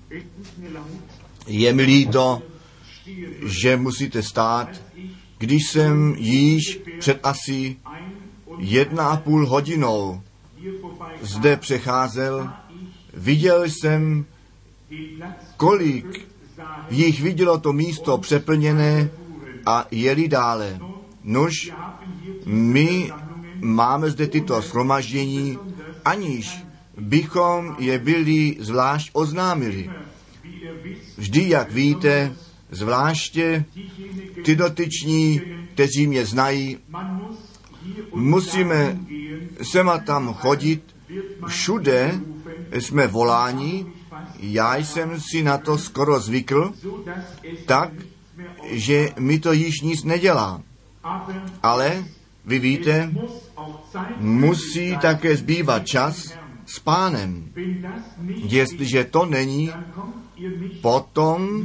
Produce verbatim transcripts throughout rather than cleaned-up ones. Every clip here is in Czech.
Je mi líto, že musíte stát. Když jsem již před asi jedna a půl hodinou zde přecházel, viděl jsem, kolik jich vidělo to místo přeplněné a jeli dále. Nož, my máme zde tyto shromaždění, aniž bychom je byli zvlášť oznámili. Vždy, jak víte, zvláště ty dotyční, kteří mě znají, musíme sem a tam chodit, všude jsme voláni, já jsem si na to skoro zvykl, tak, že mi to již nic nedělá. Ale, vy víte, musí také zbývat čas s Pánem. Jestliže to není, potom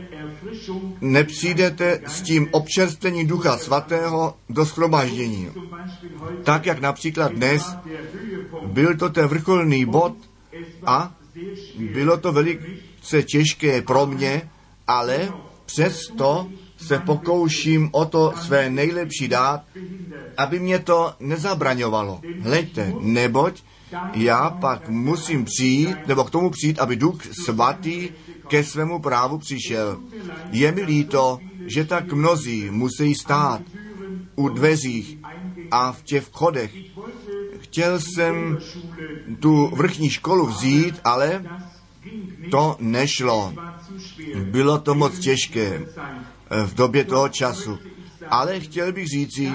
nepřijdete s tím občerstvením Ducha Svatého do shromaždění. Tak, jak například dnes, byl to ten vrcholný bod a bylo to velice těžké pro mě, ale přesto se pokouším o to své nejlepší dát, aby mě to nezabraňovalo. Hleďte, neboť já pak musím přijít, nebo k tomu přijít, aby Duch Svatý ke svému právu přišel. Je mi líto, že tak mnozí musí stát u dveřích a v těch vchodech. Chtěl jsem tu vrchní školu vzít, ale to nešlo. Bylo to moc těžké v době toho času. Ale chtěl bych říci,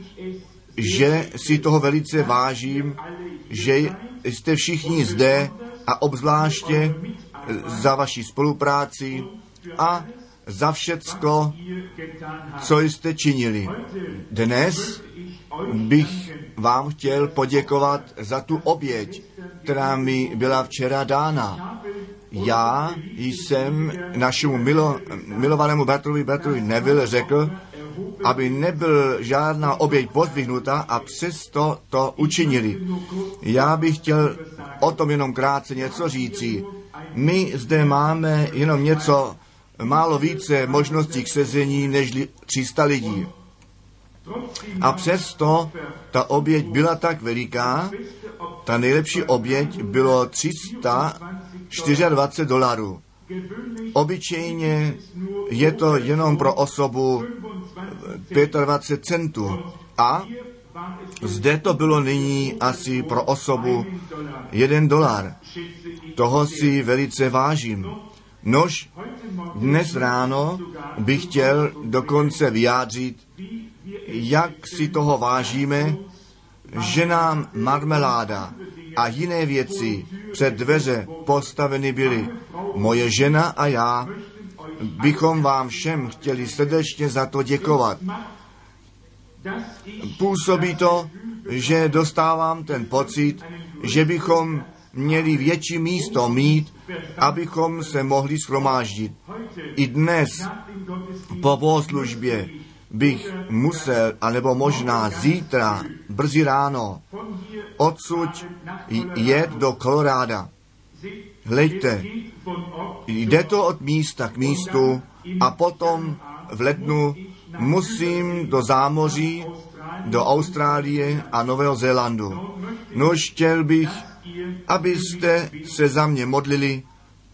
že si toho velice vážím, že jste všichni zde a obzvláště za vaši spolupráci a za všecko, co jste činili. Dnes bych vám chtěl poděkovat za tu oběť, která mi byla včera dána. Já jsem našemu milo, milovanému bratrovi, bratrovi Neville řekl, aby nebyl žádná oběť pozdvihnuta a přesto to učinili. Já bych chtěl o tom jenom krátce něco říci. My zde máme jenom něco málo více možností k sezení než tři sta lidí. A přesto ta oběť byla tak veliká, ta nejlepší oběť bylo tři sta dvacet čtyři dolarů. Obyčejně je to jenom pro osobu dvacet pět centů. A zde to bylo nyní asi pro osobu jeden dolar. Toho si velice vážím. Nož, dnes ráno bych chtěl dokonce vyjádřit, jak si toho vážíme, že nám marmeláda a jiné věci před dveře postaveny byly. Moje žena a já bychom vám všem chtěli srdečně za to děkovat. Působí to, že dostávám ten pocit, že bychom měli větší místo mít, abychom se mohli shromáždit. I dnes po bohoslužbě bych musel, anebo možná zítra, brzy ráno, odsud jet do Koloráda. Hleďte, jde to od místa k místu a potom v lednu musím do zámoří, do Austrálie a Nového Zélandu. Nož chtěl bych, abyste se za mě modlili.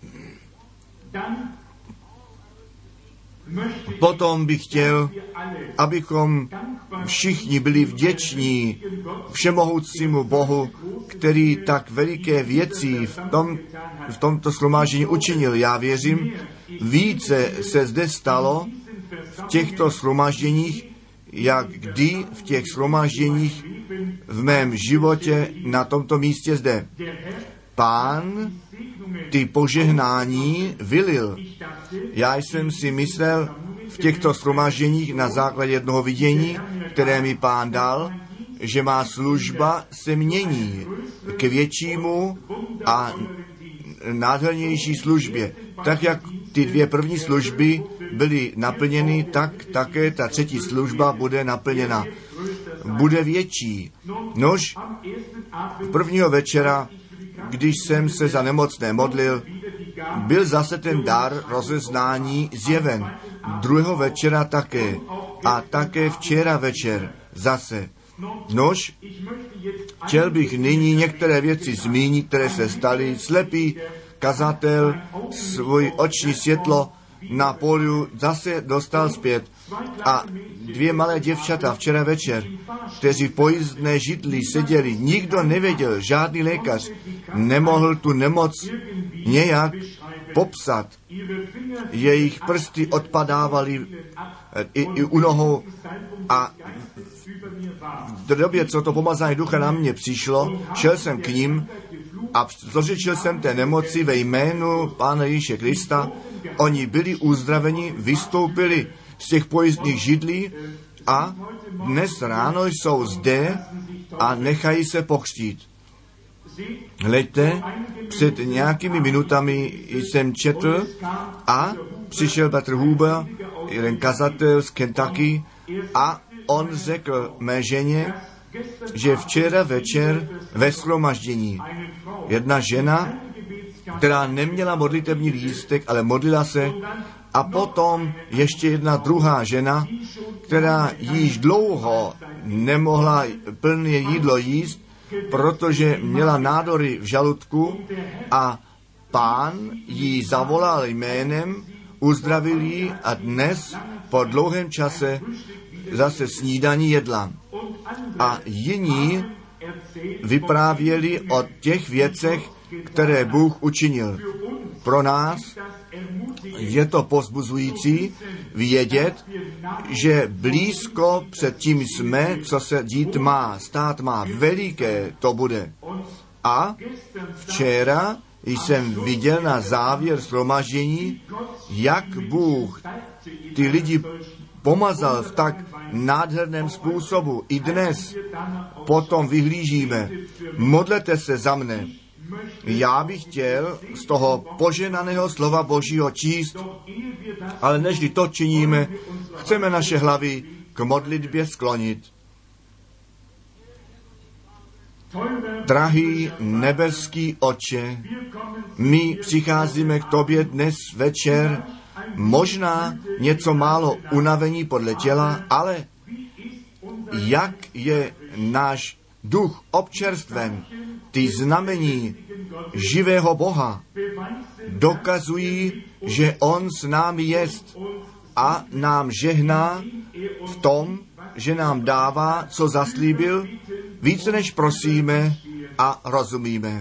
Potom bych chtěl, abychom všichni byli vděční všemohoucímu Bohu, který tak veliké věci v, tom, v tomto shromáždění učinil. Já věřím, více se zde stalo v těchto shromážděních, jak kdy v těch shromážděních v mém životě na tomto místě zde. Pán ty požehnání vylil. Já jsem si myslel v těchto shromážděních na základě jednoho vidění, které mi Pán dal, že má služba se mění k většímu a nádhernější službě. Tak, jak ty dvě první služby byly naplněny, tak také ta třetí služba bude naplněna. Bude větší. Nož prvního večera, když jsem se za nemocné modlil, byl zase ten dar rozeznání zjeven. Druhého večera také. A také včera večer zase. Nož, chtěl bych nyní některé věci zmínit, které se staly. Slepý kazatel svůj oční světlo na poliu zase dostal zpět. A dvě malé děvčata včera večer, kteří v pojízdné židli seděli, nikdo nevěděl, žádný lékař nemohl tu nemoc nějak popsat. Jejich prsty odpadávaly i, i u nohou a v době, co to pomazání ducha na mě přišlo, šel jsem k ním a zlořečil jsem té nemoci ve jménu Pána Ježíše Krista. Oni byli uzdraveni, vystoupili z těch pojízdných židlí a dnes ráno jsou zde a nechají se pokřtít. Hleďte, před nějakými minutami jsem četl a přišel Petr Huber, jeden kazatel z Kentucky, a on řekl mé ženě, že včera večer ve shromaždění jedna žena, která neměla modlitební lístek, ale modlila se, a potom ještě jedna druhá žena, která již dlouho nemohla plné jídlo jíst, protože měla nádory v žaludku, a Pán jí zavolal jménem, uzdravil ji a dnes po dlouhém čase zase snídaní jedla. A jiní vyprávěli o těch věcech, které Bůh učinil. Pro nás je to povzbuzující vědět, že blízko před tím jsme, co se dít má, stát má. Veliké to bude. A včera jsem viděl na závěr shromaždění, jak Bůh ty lidi pomazal v tak nádherném způsobu. I dnes potom vyhlížíme. Modlete se za mne. Já bych chtěl z toho poženaného slova Božího číst, ale nežli to činíme, chceme naše hlavy k modlitbě sklonit. Drahý nebeský Otče, my přicházíme k tobě dnes večer, možná něco málo unavení podle těla, ale jak je náš duch občerstven, ty znamení živého Boha dokazují, že on s námi jest a nám žehná v tom, že nám dává, co zaslíbil, více než prosíme a rozumíme.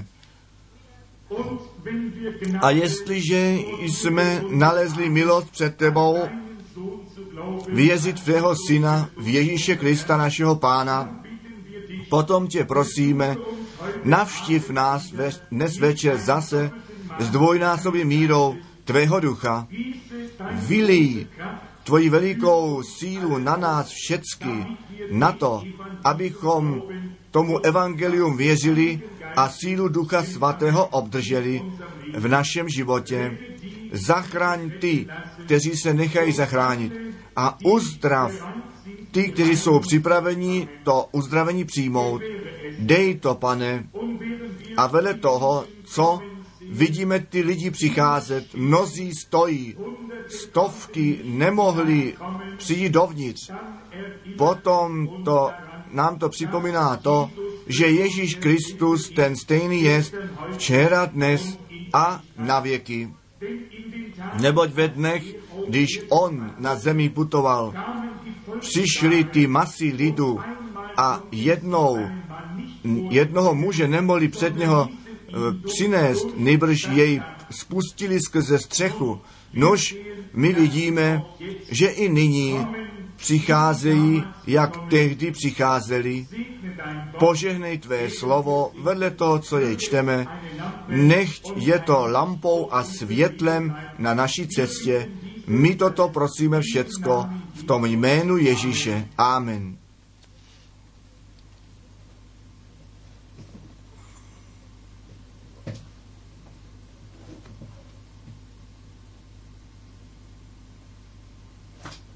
A jestliže jsme nalezli milost před tebou, věřit v tvého syna, v Ježíše Krista, našeho Pána, potom tě prosíme, navštiv nás ve, dnes večer zase s dvojnásobnou mírou tvého ducha. Vylij tvoji velikou sílu na nás všecky, na to, abychom tomu evangelium věřili a sílu Ducha Svatého obdrželi v našem životě. Zachraň ty, kteří se nechají zachránit, a uzdrav ty, kteří jsou připraveni to uzdravení přijmout. Dej to, Pane, a vedle toho, co vidíme ty lidi přicházet, mnozí stojí, stovky nemohli přijít dovnitř. Potom to, nám to připomíná to, že Ježíš Kristus ten stejný jest včera, dnes a na věky. Neboť ve dnech, když on na zemi putoval, přišly ty masy lidu a jednou, jednoho muže nemohli před něho přinést, nejbrž jej spustili skrze střechu. Nož my vidíme, že i nyní přicházejí, jak tehdy přicházeli. Požehnej tvé slovo vedle toho, co jej čteme. Nechť je to lampou a světlem na naší cestě. My toto prosíme všecko v tom jménu Ježíše. Amen.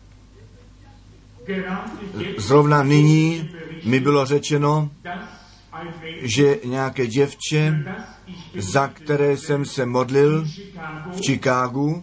Zrovna nyní mi bylo řečeno, že nějaké děvče, za které jsem se modlil v Chicagu,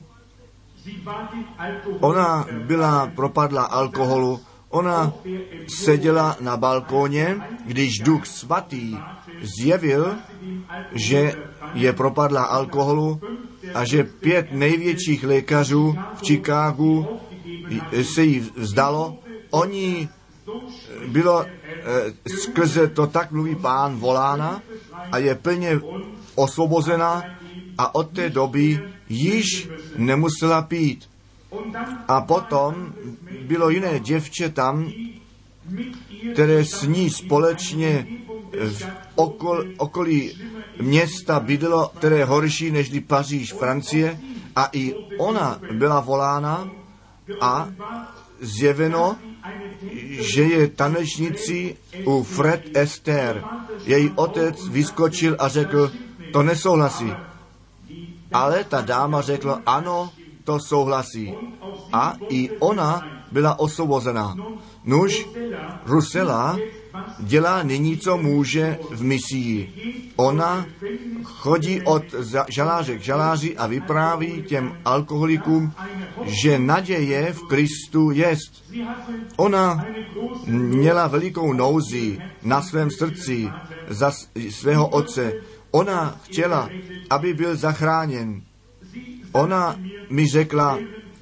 ona byla propadla alkoholu, ona seděla na balkóně, když Duch Svatý zjevil, že je propadla alkoholu a že pět největších lékařů v Chicagu se jí vzdalo. Oni bylo e, skrze to, tak mluví Pán, volána a je plně osvobozena a od té doby již nemusela pít. A potom bylo jiné děvče tam, které s ní společně v okol, okolí města bydlo, které je horší než Paříž, Francie, a i ona byla volána a zjeveno, že je tanečnicí u Fred Astaire. Její otec vyskočil a řekl, to nesouhlasí. Ale ta dáma řekla, ano, to souhlasí. A i ona byla osvobozená. Nuž, Rusela dělá nyní, co může v misii. Ona chodí od žaláře k žaláři a vypráví těm alkoholikům, že naděje v Kristu jest. Ona měla velikou nouzi na svém srdci za svého otce. Ona chtěla, aby byl zachráněn. Ona mi řekla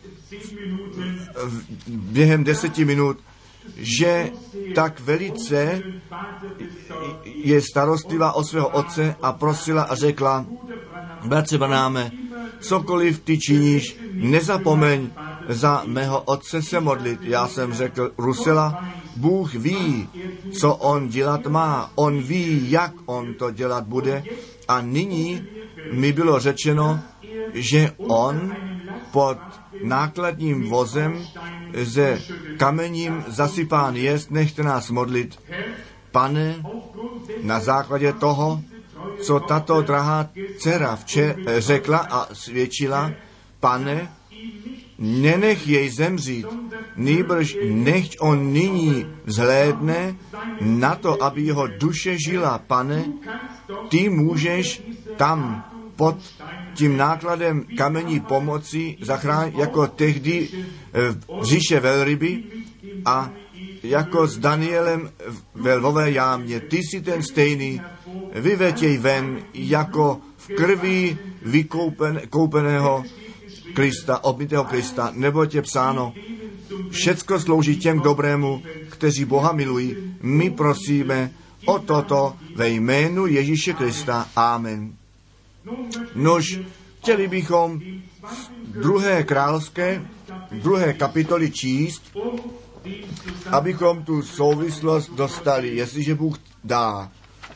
během deseti minut, že tak velice je starostlivá o svého otce a prosila a řekla, bratře Branáme, cokoliv ty činíš, nezapomeň za mého otce se modlit. Já jsem řekl, Rusela, Bůh ví, co on dělat má, on ví, jak on to dělat bude a nyní mi bylo řečeno, že on pod nákladním vozem se kamením zasypán jest, nechte nás modlit. Pane, na základě toho, co tato drahá dcera vče řekla a svědčila, Pane, nenech jej zemřít, nýbrž nechť on nyní vzhlédne na to, aby jeho duše žila. Pane, ty můžeš tam pod tím nákladem kamení pomoci zachránit, jako tehdy v říše velryby a jako s Danielem ve lvové jámě. Ty jsi ten stejný, vyveď jej ven jako v krvi vykoupeného Krista, obmytého Krista, neboť je psáno, všecko slouží těm k dobrému, kteří Boha milují. My prosíme o toto ve jménu Ježíše Krista. Amen. Nož, chtěli bychom druhé královské, druhé kapitoly číst, abychom tu souvislost dostali, jestliže Bůh dá.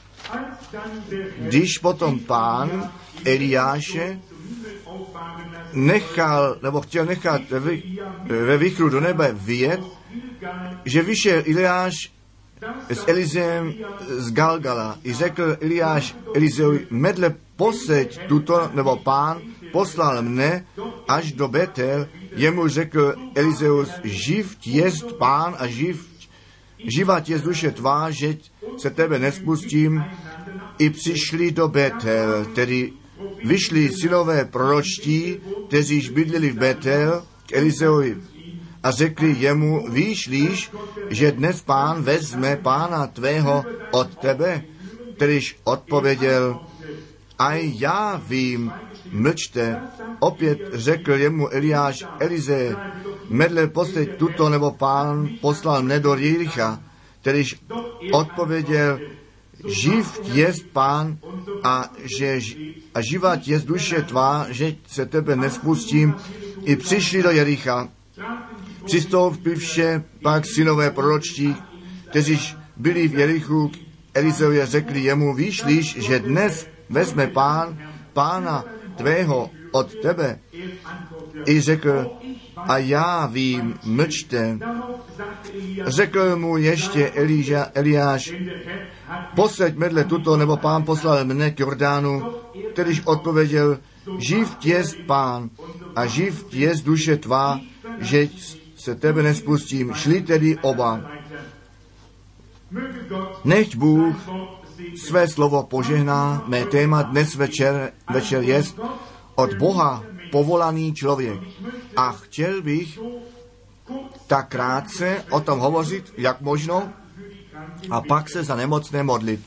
Když potom Pán Eliáše nechal, nebo chtěl nechat ve vichru do nebe vyjet, že vyšel Eliáš s Elizeem z Galgala i řekl Eliáš Elizeovi, medle poseď tuto, nebo Pán poslal mne až do Betel, jemu řekl Elizeus, živ jest Pán a živ, živá jest duše tvá, že se tebe nespustím, i přišli do Betel, tedy vyšli synové proročtí, kteří bydleli v Betel k Elizeovi a řekli jemu, víš líš, že dnes Pán vezme Pána tvého od tebe, kterýž odpověděl, a já vím, mlčte. Opět řekl jemu Eliáš, Elize, medle posteď tuto, nebo Pán poslal mne do Jericha, kterýž odpověděl, živ jest Pán a, že, a živá jest duše tvá, že se tebe nespustím. I přišli do Jericha. Přistoupivše pak synové proročtí, kteří byli v Jerichu, Elizeovi řekli jemu, víš líš, že dnes vezme Pán Pána tvého od tebe. I řekl, a já vím, mlčte. Řekl mu ještě Elíža, Eliáš, poseď medle tuto, nebo Pán poslal mne k Jordánu, kterýž odpověděl, živ jest Pán a živ jest duše tvá, že se tebe nespustím. Šli tedy oba. Nechť Bůh své slovo požehná. Mé téma dnes večer, večer je od Boha povolaný člověk. A chtěl bych tak krátce o tom hovořit, jak možno, a pak se za nemocné modlit.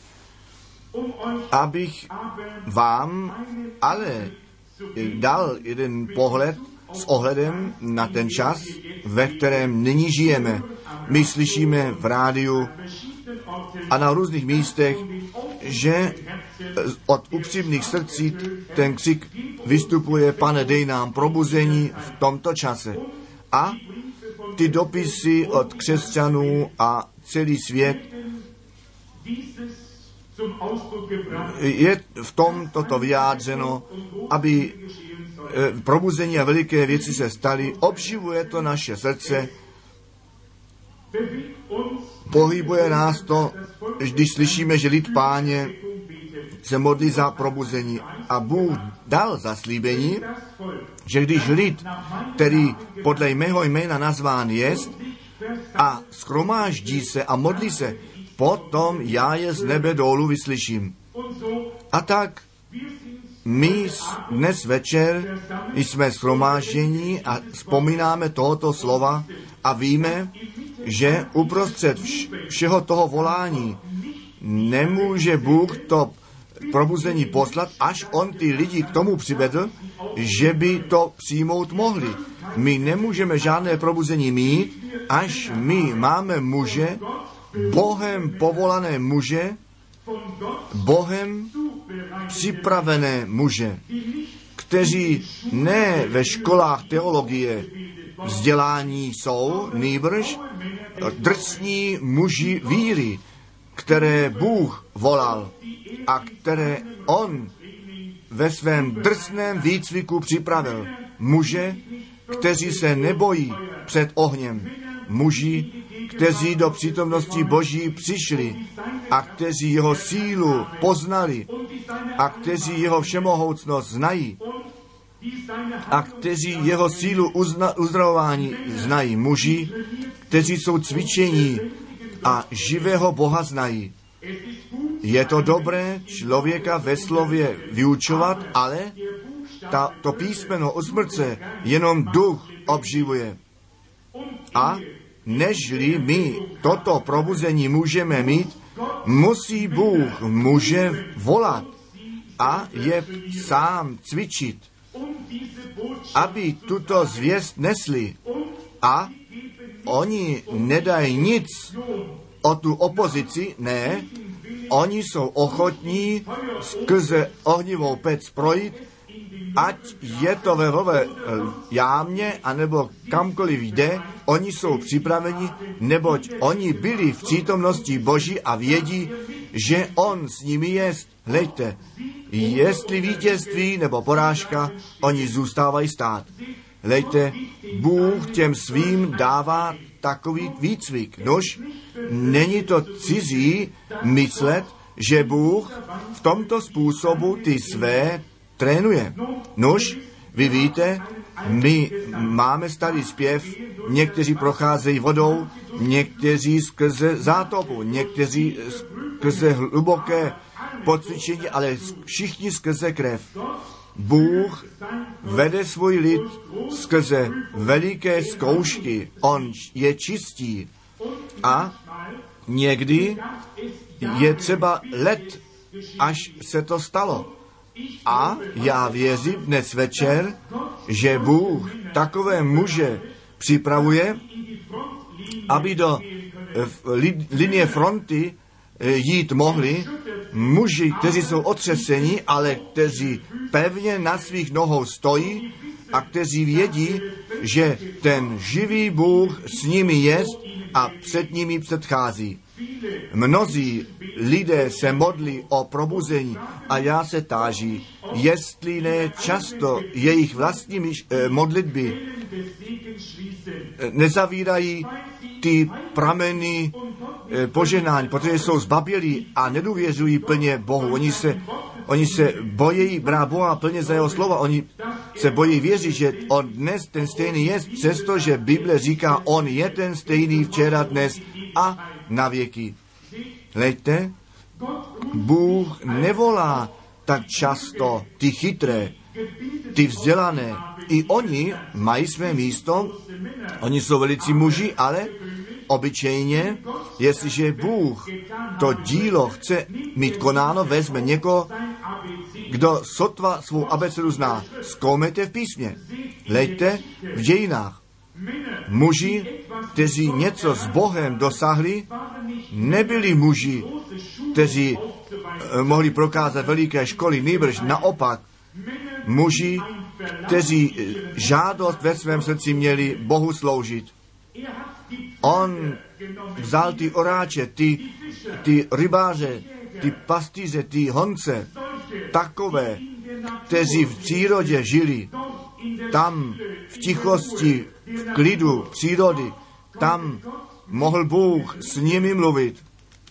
Abych vám ale dal jeden pohled s ohledem na ten čas, ve kterém nyní žijeme. My slyšíme v rádiu a na různých místech, že od upřímných srdcí ten křik vystupuje: Pane, dej nám probuzení v tomto čase. A ty dopisy od křesťanů a celý svět je v tom toto vyjádřeno, aby probuzení a veliké věci se staly. Obživuje to naše srdce, pohybuje nás to, když slyšíme, že lid Páně se modlí za probuzení. A Bůh dal zaslíbení, že když lid, který podle mého jména nazván jest, a shromáždí se a modlí se, potom já je z nebe dolů vyslyším. A tak my dnes večer jsme shromáždění a vzpomínáme tohoto slova a víme, že uprostřed všeho toho volání nemůže Bůh to probuzení poslat, až on ty lidi k tomu přivedl, že by to přijmout mohli. My nemůžeme žádné probuzení mít, až my máme muže, Bohem povolané muže, Bohem připravené muže, kteří ne ve školách teologie vzdělání jsou, nýbrž drsní muži víry, které Bůh volal a které on ve svém drsném výcviku připravil. Muže, kteří se nebojí před ohněm. Muži, kteří do přítomnosti Boží přišli a kteří jeho sílu poznali a kteří jeho všemohoucnost znají a kteří jeho sílu uzna, uzdravování znají. Muži, kteří jsou cvičení a živého Boha znají. Je to dobré člověka ve slově vyučovat, ale ta, to písmeno od smrce jenom duch obživuje. A nežli my toto probuzení můžeme mít, musí Bůh muže volat a je sám cvičit, aby tuto zvěst nesli. A oni nedají nic o tu opozici, ne, oni jsou ochotní skrze ohnivou pec projít, ať je to ve vlhové jámě, anebo kamkoliv jde, oni jsou připraveni, neboť oni byli v přítomnosti Boží a vědí, že on s nimi jest. Hleďte, jestli vítězství nebo porážka, oni zůstávají stát. Hleďte, Bůh těm svým dává takový výcvik. Nož, není to cizí myslet, že Bůh v tomto způsobu ty své trénuje. Nož, vy víte, my máme starý zpěv, někteří procházejí vodou, někteří skrze zátopu, někteří skrze hluboké podcvičení, ale všichni skrze krev. Bůh vede svůj lid skrze veliké zkoušky. On je čistý. A někdy je třeba let, až se to stalo. A já věřím dnes večer, že Bůh takové muže připravuje, aby do linie fronty jít mohli, muži, kteří jsou otřeseni, ale kteří pevně na svých nohou stojí a kteří vědí, že ten živý Bůh s nimi jest a před nimi předchází. Mnozí lidé se modlí o probuzení a já se táží, jestli ne často jejich vlastní myš, eh, modlitby eh, nezavírají ty prameny eh, poženání, protože jsou zbabělí a nedůvěřují plně Bohu. Oni se, oni se bojí brát Boha plně za jeho slova. Oni se bojí věřit, že on dnes ten stejný je, přestože Bible říká, on je ten stejný včera, dnes a na věky. Hleďte, Bůh nevolá tak často ty chytré, ty vzdělané. I oni mají své místo, oni jsou velicí muži, ale obyčejně, jestliže Bůh to dílo chce mít konáno, vezme někoho, kdo sotva svou abecedu zná. Zkoumejte v písmě. Hleďte v dějinách. Muži, kteří něco s Bohem dosáhli, nebyli muži, kteří mohli prokázat veliké školy, nýbrž naopak muži, kteří žádost ve svém srdci měli Bohu sloužit. On vzal ty oráče, ty, ty rybáře, ty pastýře, ty honce, takové, kteří v přírodě žili, tam v tichosti, v klidu přírody, tam mohl Bůh s nimi mluvit.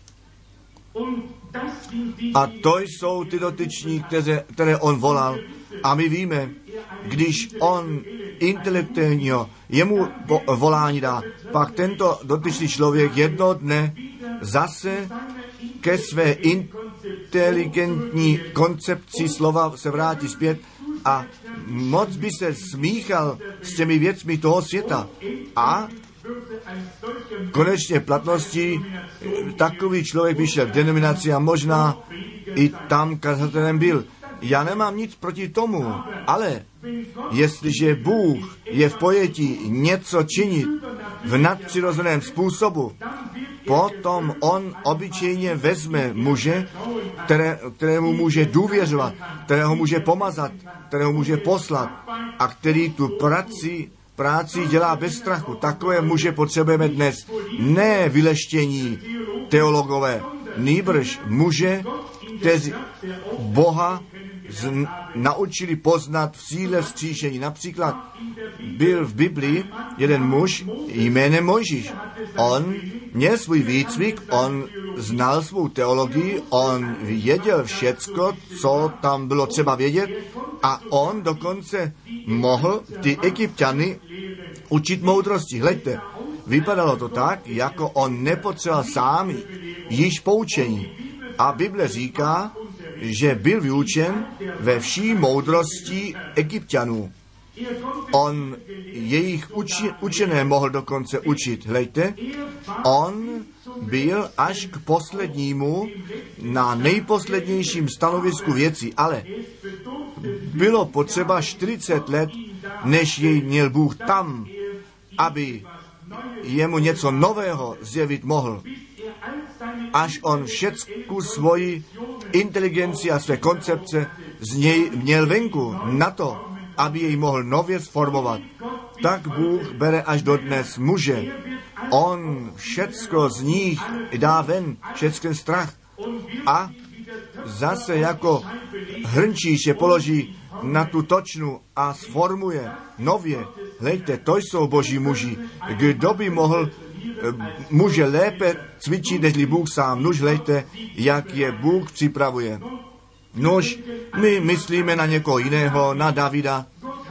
A to jsou ty dotyční, které, které on volal. A my víme, když on intelektuálního jemu volání dá, pak tento dotyčný člověk jedno dne zase ke své inteligentní koncepci slova se vrátí zpět a moc by se smíchal s těmi věcmi toho světa. A konečně platnosti takový člověk by šel k denominaci a možná i tam kazatelem byl. Já nemám nic proti tomu, ale jestliže Bůh je v pojetí něco činit v nadpřirozeném způsobu, potom on obyčejně vezme muže, které, kterému může důvěřovat, kterého může pomazat, kterého může poslat a který tu práci, práci dělá bez strachu. Takové muže potřebujeme dnes. Ne vyleštění teologové, nýbrž muže, kteří Boha z, naučili poznat v síle vzkříšení. Například byl v Biblii jeden muž jménem Mojžíš. On měl svůj výcvik, on znal svou teologii, on věděl všecko, co tam bylo třeba vědět a on dokonce mohl ty Egypťany učit moudrosti. Hleďte, vypadalo to tak, jako on nepotřeboval sám již poučení. A Bible říká, že byl vyučen ve vší moudrosti Egypťanů. On jejich uči, učené mohl dokonce učit. Hleďte, on byl až k poslednímu na nejposlednějším stanovisku věcí, ale bylo potřeba čtyřicet let, než jej měl Bůh tam, aby jemu něco nového zjevit mohl. Až on všecku svoji inteligenci a své koncepce z něj měl venku na to, aby jej mohl nově sformovat. Tak Bůh bere až dodnes muže. On všecko z nich dá ven, všecken strach. A zase jako hrnčíš je položí na tu točnu a sformuje nově. Hleďte, to jsou boží muži. Kdo by mohl muže lépe cvičit, nežli Bůh sám. Nuž hleďte, jak je Bůh připravuje. Nuž, my myslíme na někoho jiného, na Davida.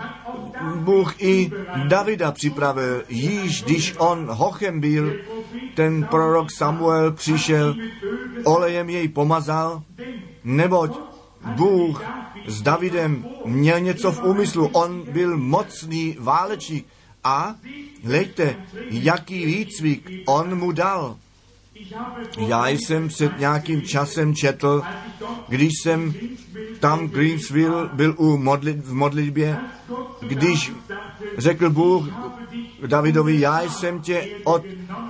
Bůh i Davida připravil. Již když on hochem byl, ten prorok Samuel přišel, olejem jej pomazal, neboť Bůh s Davidem měl něco v úmyslu. On byl mocný válečník a hleďte, jaký výcvik on mu dal. Já jsem před nějakým časem četl, když jsem tam v Greensville byl u modlit, v modlitbě, když řekl Bůh Davidovi, já jsem tě od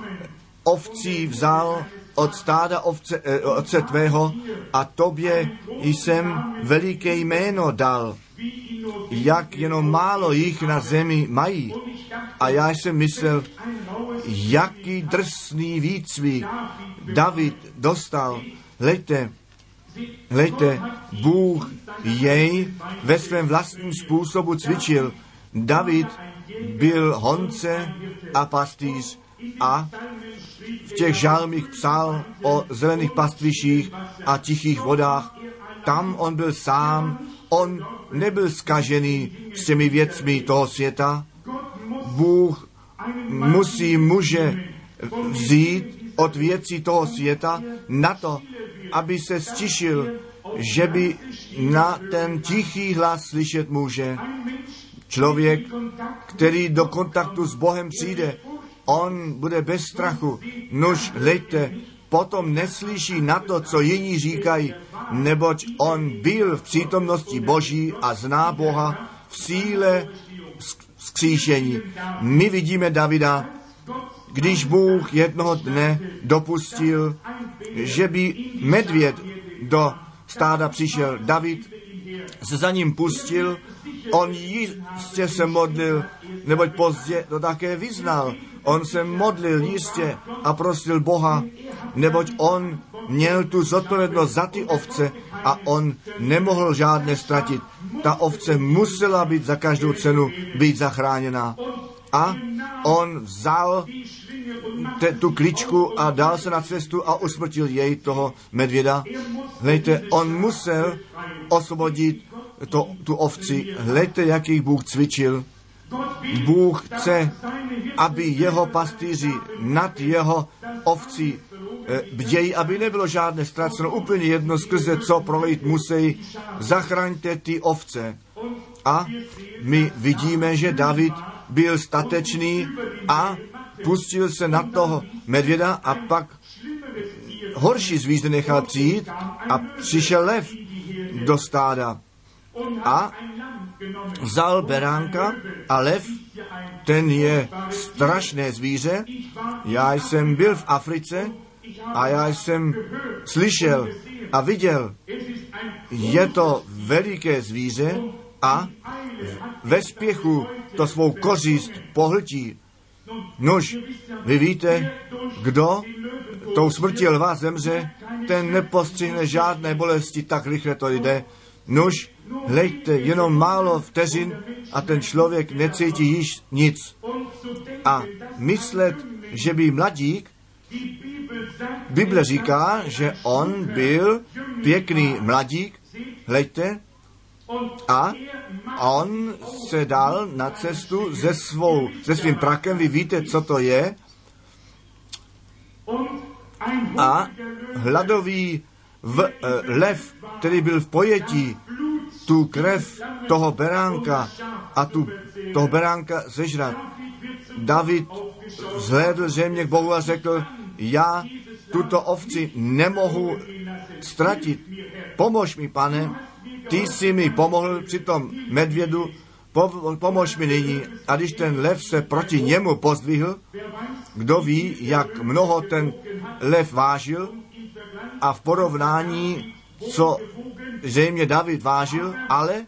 ovcí vzal, od stáda ovce, eh, otce tvého a tobě jsem veliké jméno dal, jak jenom málo jich na zemi mají. A já jsem myslel, jaký drsný výcvik David dostal. Hleďte, hleďte, Bůh jej ve svém vlastním způsobu cvičil. David byl honce a pastýř a v těch žalmích psal o zelených pastviších a tichých vodách. Tam on byl sám, on nebyl zkažený s těmi věcmi toho světa. Bůh musí muže vzít od věcí toho světa na to, aby se stišil, že by na ten tichý hlas slyšet může. Člověk, který do kontaktu s Bohem přijde, on bude bez strachu. Nuž, hleďte, potom neslyší na to, co jiní říkají, neboť on byl v přítomnosti Boží a zná Boha v síle vzkříšení. My vidíme Davida, když Bůh jednoho dne dopustil, že by medvěd do stáda přišel. David se za ním pustil, on jistě se modlil, neboť pozdě to také vyznal. On se modlil jistě a prosil Boha, neboť on měl tu zodpovědnost za ty ovce a on nemohl žádné ztratit. Ta ovce musela být za každou cenu být zachráněná. A on vzal te, tu kličku a dal se na cestu a usmrtil jej, toho medvěda. Hleďte, on musel osvobodit to, tu ovci. Hleďte, jak jich Bůh cvičil. Bůh chce, aby jeho pastýři nad jeho ovcí bdějí, aby nebylo žádné ztraceno. Úplně jedno skrze co projít musí. Zachraňte ty ovce. A my vidíme, že David byl statečný a pustil se na toho medvěda a pak horší zvíře nechal přijít a přišel lev do stáda a vzal beránka a lev, ten je strašné zvíře. Já jsem byl v Africe a já jsem slyšel a viděl, je to veliké zvíře a ve spěchu to svou kořist pohltí. Nož, vy víte, kdo tou smrtí lva zemře, ten nepostřihne žádné bolesti, tak rychle to jde. Nož, hleďte, jenom málo vteřin a ten člověk necítí již nic. A myslet, že by mladík, Bible říká, že on byl pěkný mladík, hleďte, a on se dal na cestu se, svou, se svým prakem, vy víte, co to je, a hladový v, eh, lev, který byl v pojetí, tu krev toho beránka a tu, toho beránka zežrat. David vzhlédl zřejmě k Bohu a řekl, já tuto ovci nemohu ztratit. Pomož mi, Pane, ty jsi mi pomohl při tom medvědu, po, pomož mi nyní. A když ten lev se proti němu pozdvihl, kdo ví, jak mnoho ten lev vážil a v porovnání, co zřejmě David vážil, ale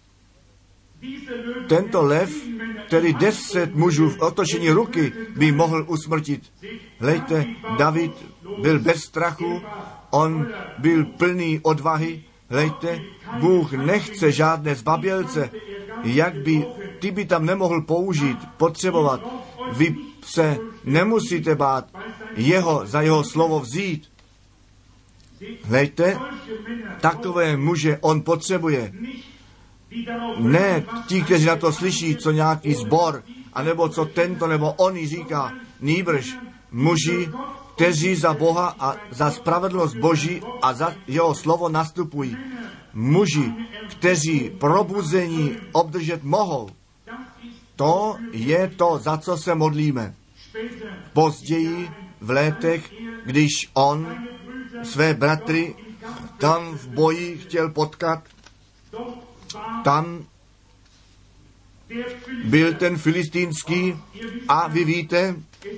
tento lev, který deset mužů v otočení ruky by mohl usmrtit. Hleďte, David byl bez strachu, on byl plný odvahy. Hleďte, Bůh nechce žádné zbabělce, jak by ty by tam nemohl použít, potřebovat. Vy se nemusíte bát jeho za jeho slovo vzít. Hleďte, takové muže on potřebuje. Ne ti, kteří na to slyší, co nějaký sbor, anebo co tento nebo oný říká, nýbrž muži, kteří za Boha a za spravedlnost Boží a za jeho slovo nastupují. Muži, kteří probuzení obdržet mohou. To je to, za co se modlíme. Později v létech, když on své bratry tam v boji chtěl potkat, tam byl ten filistínský a vy víte,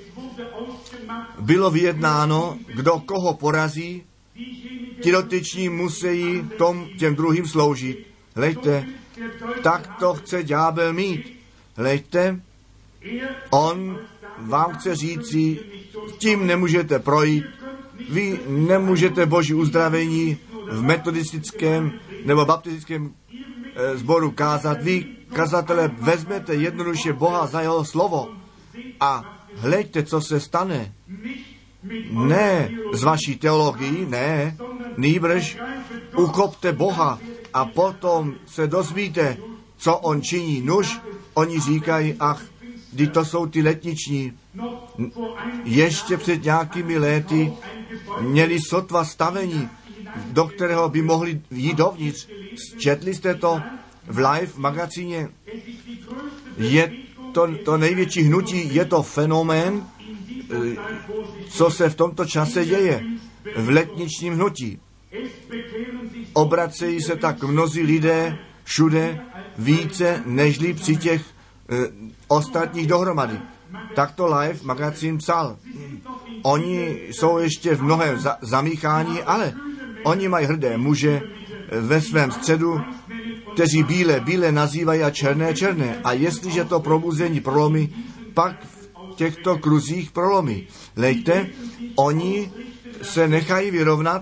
bylo vyjednáno, kdo koho porazí, ti dotyční musí tom těm druhým sloužit. Hleďte, tak to chce ďábel mít. Hleďte, on vám chce říci, tím nemůžete projít, vy nemůžete Boží uzdravení v metodistickém nebo baptistickém e, sboru kázat. Vy, kazatele, vezmete jednoduše Boha za jeho slovo a hleďte, co se stane. Ne z vaší teologií, ne, nýbrž uchopte Boha a potom se dozvíte, co on činí. Nuž, oni říkají, ach, kdy to jsou ty letniční. Ještě před nějakými léty měli sotva stavení do kterého by mohli jít dovnitř. Četli jste to v live magazíně? Je to, to největší hnutí, je to fenomén, co se v tomto čase děje v letničním hnutí. Obracejí se tak mnozí lidé všude více, nežli při těch e, ostatních dohromady. Tak to live magazín psal. Oni jsou ještě v mnohém za, zamíchání, ale oni mají hrdé muže ve svém středu, kteří bílé bílé nazývají a černé černé. A jestliže to probuzení prolomí, pak v těchto kruzích prolomí. Lejte, oni se nechají vyrovnat.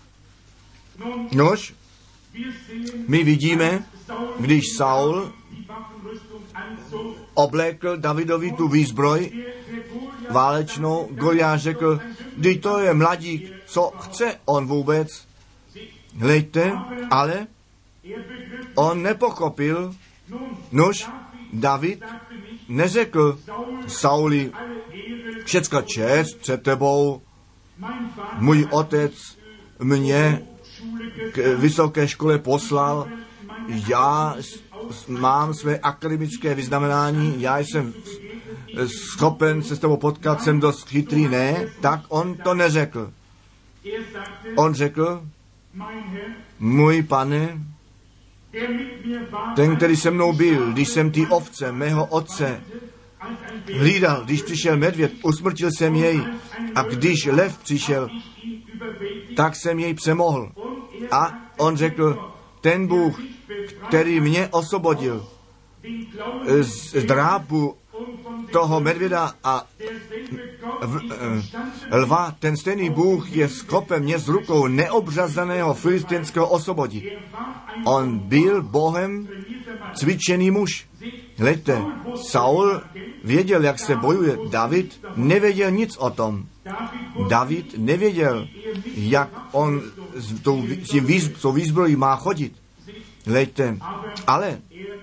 Nož, my vidíme, když Saul oblékl Davidovi tu výzbroj válečnou, Goliáš řekl, když to je mladík, co chce on vůbec? Hleďte, ale on nepochopil, nož David neřekl Sauli, všecko čest před tebou, můj otec mě k vysoké škole poslal, já mám své akademické vyznamenání, já jsem schopen se s tebou potkat, jsem dost chytrý, ne, tak on to neřekl. On řekl, můj pane, ten, který se mnou byl, když jsem ty ovce mého otce hlídal, když přišel medvěd, usmrtil jsem jej, a když lev přišel, tak jsem jej přemohl. A on řekl, ten Bůh, který mě osvobodil z drápu toho medvěda a v, lva, ten stejný Bůh je schopen mě z rukou neobřazaného filistinského osvobodit. On byl Bohem cvičený muž. Hleďte, Saul věděl, jak se bojuje. David nevěděl nic o tom. David nevěděl, jak on s tou, s tou výzbrojí má chodit. Hleďte, ale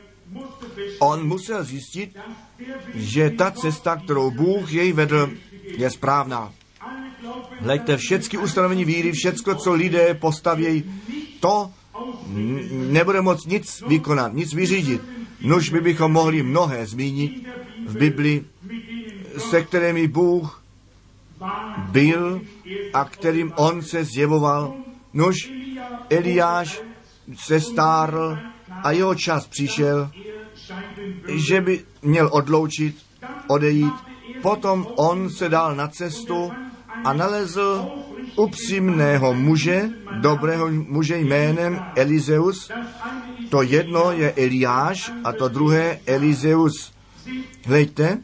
on musel zjistit, že ta cesta, kterou Bůh jej vedl, je správná. Hleďte, všechny ustanovení víry, všecko, co lidé postavějí, to nebude moc nic vykonat, nic vyřídit. Nož by bychom mohli mnohé zmínit v Biblii, se kterými Bůh byl a kterým on se zjevoval. Nož Eliáš se stárl a jeho čas přišel, že by měl odloučit, odejít. Potom on se dal na cestu a nalezl upřímného muže, dobrého muže jménem Elizeus. To jedno je Eliáš a to druhé Elizeus. Hleďte,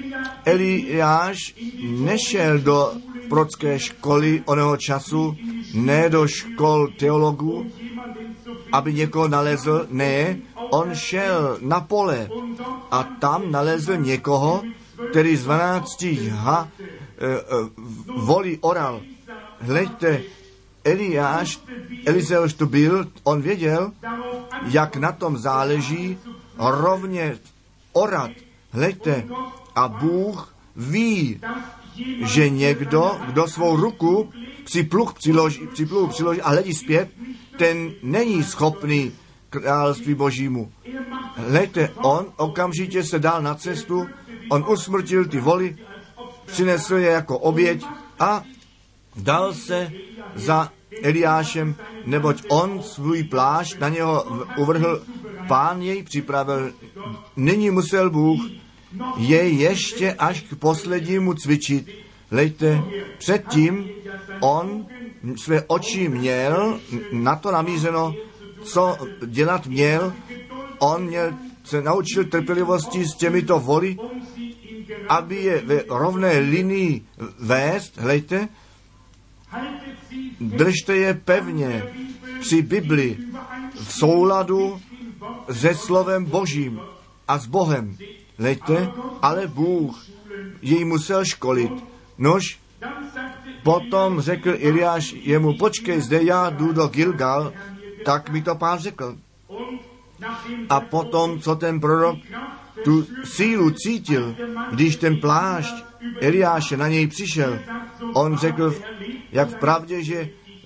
Eliáš nešel do prorocké školy oného času, ne do škol teologů, aby někoho nalezl, ne, on šel na pole a tam nalezl někoho, který z dvanácti ha, e, e, volí oral. Hleďte, Eliáš, Elizeus tu byl, on věděl, jak na tom záleží rovně orat. Hleďte, a Bůh ví, že někdo, kdo svou ruku při pluh přiloží, při pluhu přiloží a hledí zpět, ten není schopný království Božímu. Hleďte, on okamžitě se dal na cestu, on usmrtil ty voly, přinesl je jako oběť a dal se za Eliášem, neboť on svůj plášť na něho uvrhl, Pán jej připravil. Nyní musel Bůh jej ještě až k poslednímu cvičit. Hleďte, předtím on své oči měl na to namířeno, co dělat měl. On měl, se naučil trpělivosti s těmito voly, aby je ve rovné linii vést. Hleďte, držte je pevně při Bibli v souladu se slovem Božím a s Bohem. Hleďte, ale Bůh jej musel školit. Nož, potom řekl Eliáš jemu, počkej, zde já jdu do Gilgal, tak mi to Pán řekl. A potom, co ten prorok tu sílu cítil, když ten plášť Eliáše na něj přišel, on řekl, jak v pravdě, že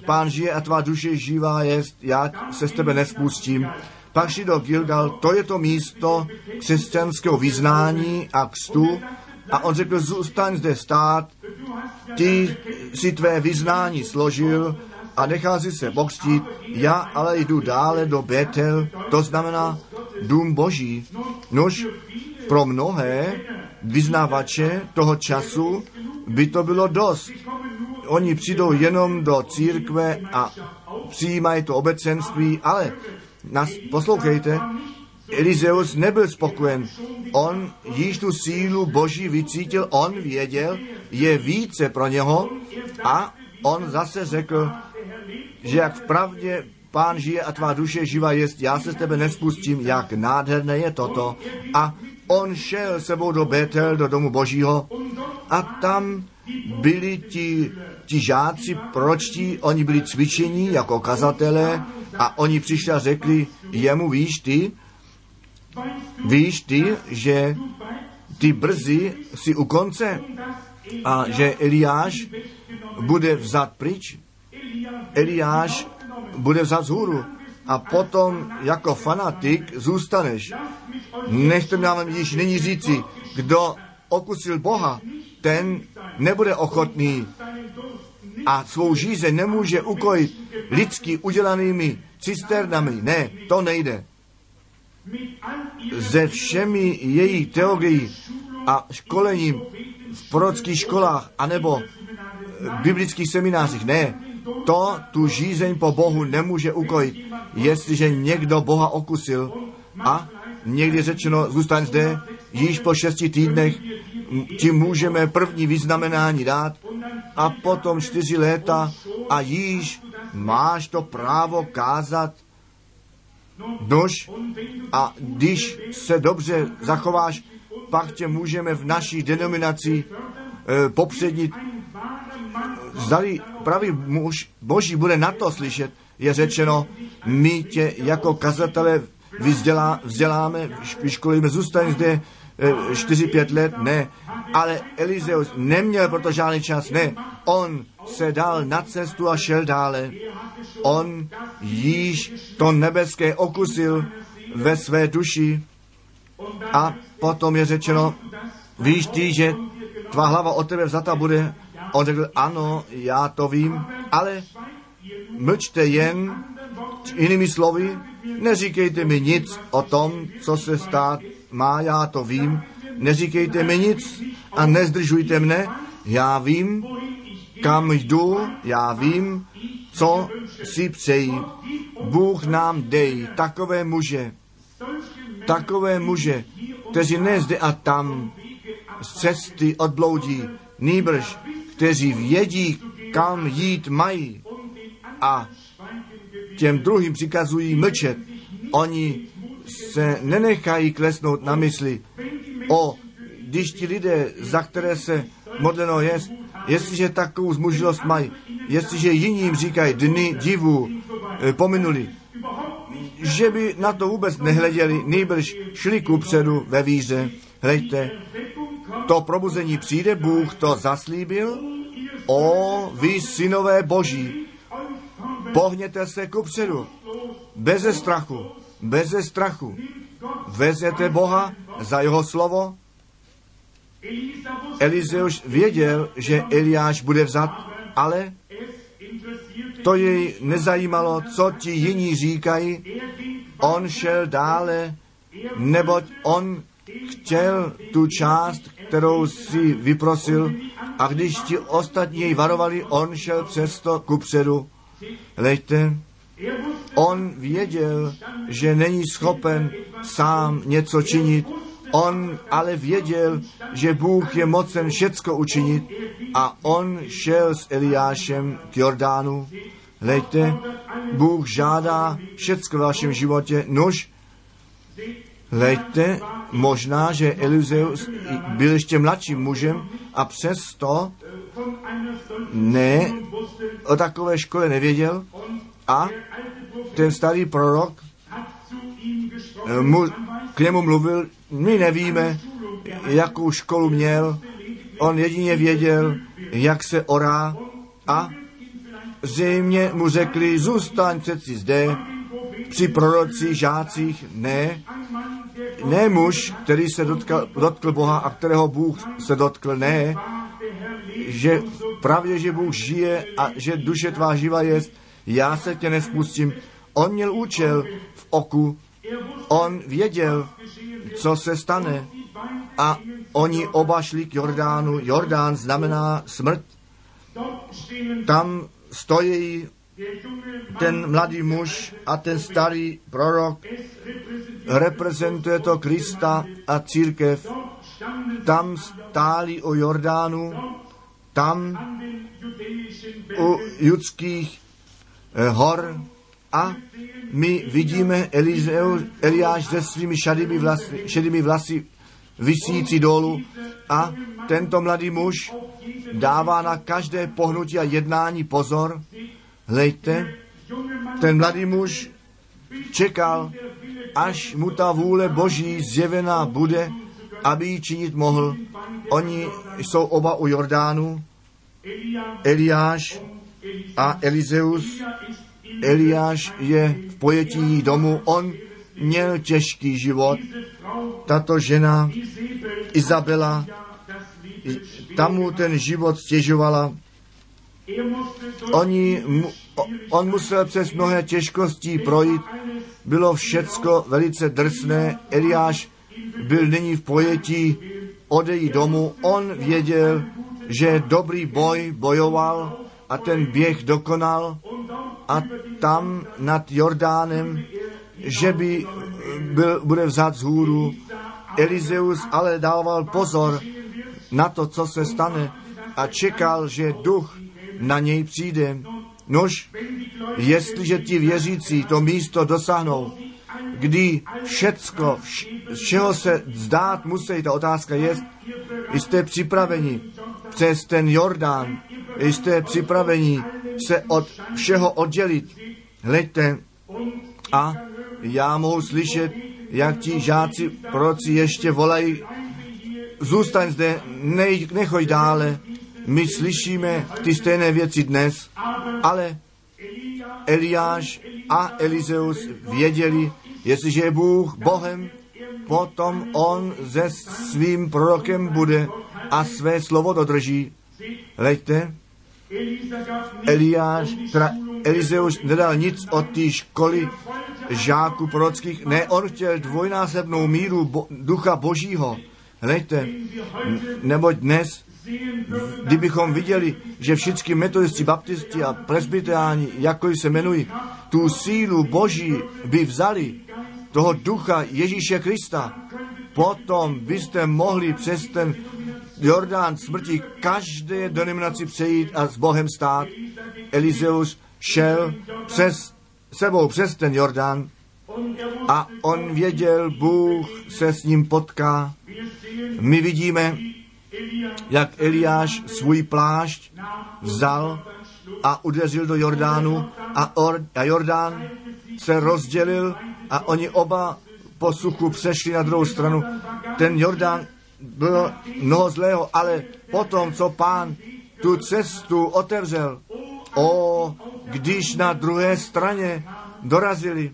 Pán žije a tvá duše živá jest, já se z tebe nespustím. Pak šli do Gilgal, to je to místo křesťanského vyznání a křtu. A on řekl, zůstaň zde stát, ty si tvé vyznání složil a nechal si se pokřtít, já ale jdu dále do Betel, to znamená dům Boží. Nož pro mnohé vyznavače toho času by to bylo dost. Oni přijdou jenom do církve a přijímají to obecenství, ale nas, poslouchejte, Elizeus nebyl spokojen. On již tu sílu Boží vycítil, on věděl, je více pro něho a on zase řekl, že jak v pravdě Pán žije a tvá duše živá jest, já se z tebe nespustím, jak nádherné je toto. A on šel sebou do Betel, do domu Božího a tam byli ti, ti žáci proročtí, oni byli cvičení jako kazatelé a oni přišli a řekli jemu, víš ty, víš ty, že ty brzy si u konce a že Eliáš bude vzat pryč, Eliáš bude vzat vzhůru a potom jako fanatik zůstaneš. Nechte nám již nyní říci, kdo okusil Boha, ten nebude ochotný a svou žízeň nemůže ukojit lidsky udělanými cisternami. Ne, to nejde. Se všemi její teorií a školením v prorockých školách anebo biblických seminářích. Ne, to tu žízeň po Bohu nemůže ukojit, jestliže někdo Boha okusil a někdy řečeno, zůstaň zde, již po šesti týdnech ti můžeme první vyznamenání dát a potom čtyři léta a již máš to právo kázat. Nož a když se dobře zachováš, pak tě můžeme v naší denominaci e, popřednit. Zdali pravý muž Boží bude na to slyšet, je řečeno, my tě jako kazatele vzdělá, vzděláme, vyškolíme, zůstaň zde čtyři pět let, ne. Ale Elizeus neměl proto žádný čas, ne. On se dal na cestu a šel dále. On již to nebeské okusil ve své duši a potom je řečeno, víš ty, že tvá hlava od tebe vzata bude. On řekl, ano, já to vím, ale mlčte jen, jinými slovy, neříkejte mi nic o tom, co se stát má, já to vím, neříkejte mi nic a nezdržujte mne, já vím, kam jdu, já vím, co si přeji. Bůh nám dej takové muže, takové muže, kteří ne zde a tam z cesty odbloudí, nýbrž, kteří vědí, kam jít mají a těm druhým přikazují mlčet. Oni se nenechají klesnout na mysli. O, když ti lidé, za které se modleno jest, jestliže takovou zmužilost mají, jestliže jiným říkají dny divu e, pominuli, že by na to vůbec nehleděli, nejbrž šli kupředu ve víře. Hleďte, to probuzení přijde, Bůh to zaslíbil. O, vy synové Boží, pohněte se kupředu, beze strachu, beze strachu. Vezete Boha za jeho slovo. Elizeus věděl, že Eliáš bude vzat, ale to jej nezajímalo, co ti jiní říkají. On šel dále, neboť on chtěl tu část, kterou si vyprosil, a když ti ostatní jej varovali, on šel přesto kupředu. Hleďte, on věděl, že není schopen sám něco činit, on ale věděl, že Bůh je mocen všecko učinit a on šel s Eliášem k Jordánu. Hleďte, Bůh žádá všecko v vašem životě, nož, hleďte, možná, že Elizeus byl ještě mladším mužem a přesto ne, o takové škole nevěděl a ten starý prorok mu, k němu mluvil, my nevíme, jakou školu měl, on jedině věděl, jak se orá a zřejmě mu řekli, zůstaň přeci zde, při prorocích, žácích, ne, ne muž, který se dotkl, dotkl Boha a kterého Bůh se dotkl, ne, že pravdě, že Bůh žije a že duše tvá živa jest, já se tě nespustím. On měl účel v oku, on věděl, co se stane a oni oba šli k Jordánu. Jordán znamená smrt. Tam stojí ten mladý muž a ten starý prorok, reprezentuje to Krista a církev. Tam stáli o Jordánu, tam u judských eh, hor a my vidíme Elizeu, Eliáš se svými šedými vlasy, šedými vlasy visící dolů a tento mladý muž dává na každé pohnutí a jednání pozor. Hlejte, ten mladý muž čekal, až mu ta vůle Boží zjevená bude, aby ji činit mohl. Oni jsou oba u Jordánu, Eliáš a Elizeus. Eliáš je v pojetí domu, on měl těžký život. Tato žena, Izabela, tam mu ten život stěžovala. Oni, on musel přes mnohé těžkosti projít, bylo všecko velice drsné. Eliáš byl nyní v pojetí odejít domů. On věděl, že dobrý boj bojoval a ten běh dokonal a tam nad Jordánem, že by byl, bude vzat vzhůru. Elizeus ale dával pozor na to, co se stane a čekal, že duch na něj přijde. Nož, jestliže ti věřící to místo dosáhnou, kdy všecko, z čeho se zdát musí, ta otázka je, jste připraveni přes ten Jordán, jste připraveni se od všeho oddělit. Hleďte, a já mohu slyšet, jak ti žáci proroci ještě volají, zůstaň zde, nej, nechoď dále. My slyšíme ty stejné věci dnes, ale Eliáš a Elizeus věděli, jestliže je Bůh Bohem, potom on se svým prorokem bude a své slovo dodrží. Hleďte, Eliáš, teda Elizeus nedal nic od té školy žáků prorockých, ne, on chtěl dvojnásobnou míru bo, ducha Božího. Hleďte, neboť dnes, kdybychom viděli, že všichni metodisti, baptisti a presbyteráni, jako se jmenují, tu sílu Boží by vzali, toho ducha Ježíše Krista, potom byste mohli přes ten Jordán smrti každé denominaci přejít a s Bohem stát. Elizeus šel přes sebou přes ten Jordán a on věděl, Bůh se s ním potká. My vidíme, jak Eliáš svůj plášť vzal a udeřil do Jordánu a, or, a Jordán se rozdělil a oni oba po suchu přešli na druhou stranu. Ten Jordán bylo mnoho zlého, ale potom, co Pán tu cestu otevřel, o, když na druhé straně dorazili,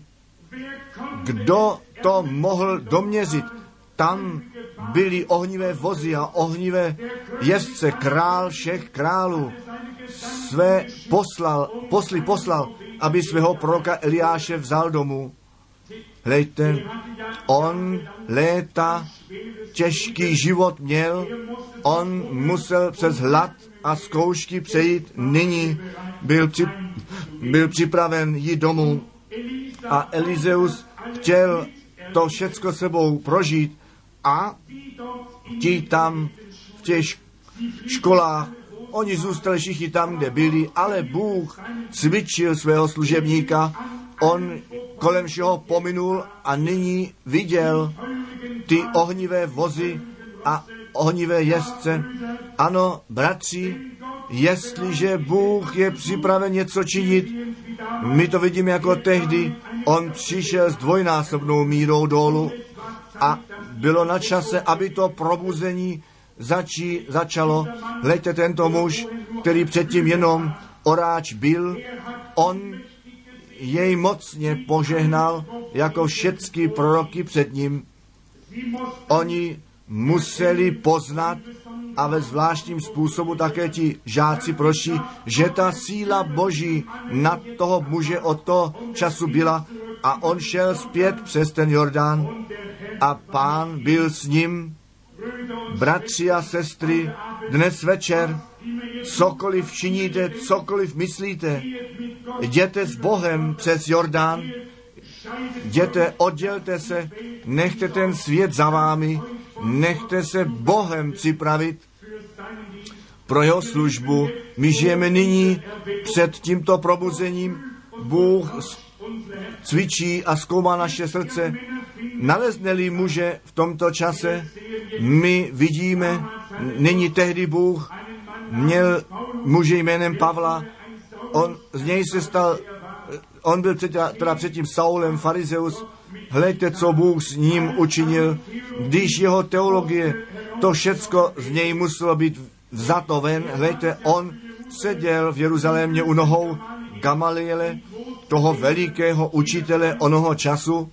kdo to mohl doměřit? Tam byly ohnivé vozy a ohnivé jezdce, král všech králů. Své poslal, posly poslal, aby svého proroka Eliáše vzal domů. Hlejte, on léta těžký život měl, on musel přes hlad a zkoušky přejít, nyní byl, při, byl připraven jít domů. A Elizeus chtěl to všecko sebou prožít a ti tam v těch školách, oni zůstali všichni tam, kde byli, ale Bůh cvičil svého služebníka, on kolem všeho pominul a nyní viděl ty ohnivé vozy a ohnivé jezdce. Ano, bratři, jestliže Bůh je připraven něco činit, my to vidíme jako tehdy, on přišel s dvojnásobnou mírou dolů a bylo na čase, aby to probuzení začí, začalo. Hleďte, tento muž, který předtím jenom oráč byl, on jej mocně požehnal, jako všetky proroky před ním. Oni museli poznat a ve zvláštním způsobu také ti žáci proší, že ta síla Boží nad toho muže od toho času byla a on šel zpět přes ten Jordán a Pán byl s ním. Bratři a sestry, dnes večer, cokoliv činíte, cokoliv myslíte, jděte s Bohem přes Jordán, jděte, oddělte se, nechte ten svět za vámi, nechte se Bohem připravit pro jeho službu. My žijeme nyní před tímto probuzením. Bůh cvičí a zkoumá naše srdce. Nalezne-li muže v tomto čase, my vidíme, nyní tehdy Bůh měl muže jménem Pavla, on z něj se stal, on byl před, teda předtím Saulem, farizeus, hleďte, co Bůh s ním učinil, když jeho teologie, to všecko z něj muselo být vzato ven, hleďte, on seděl v Jeruzalémě u nohou Gamaliele, toho velikého učitele onoho času,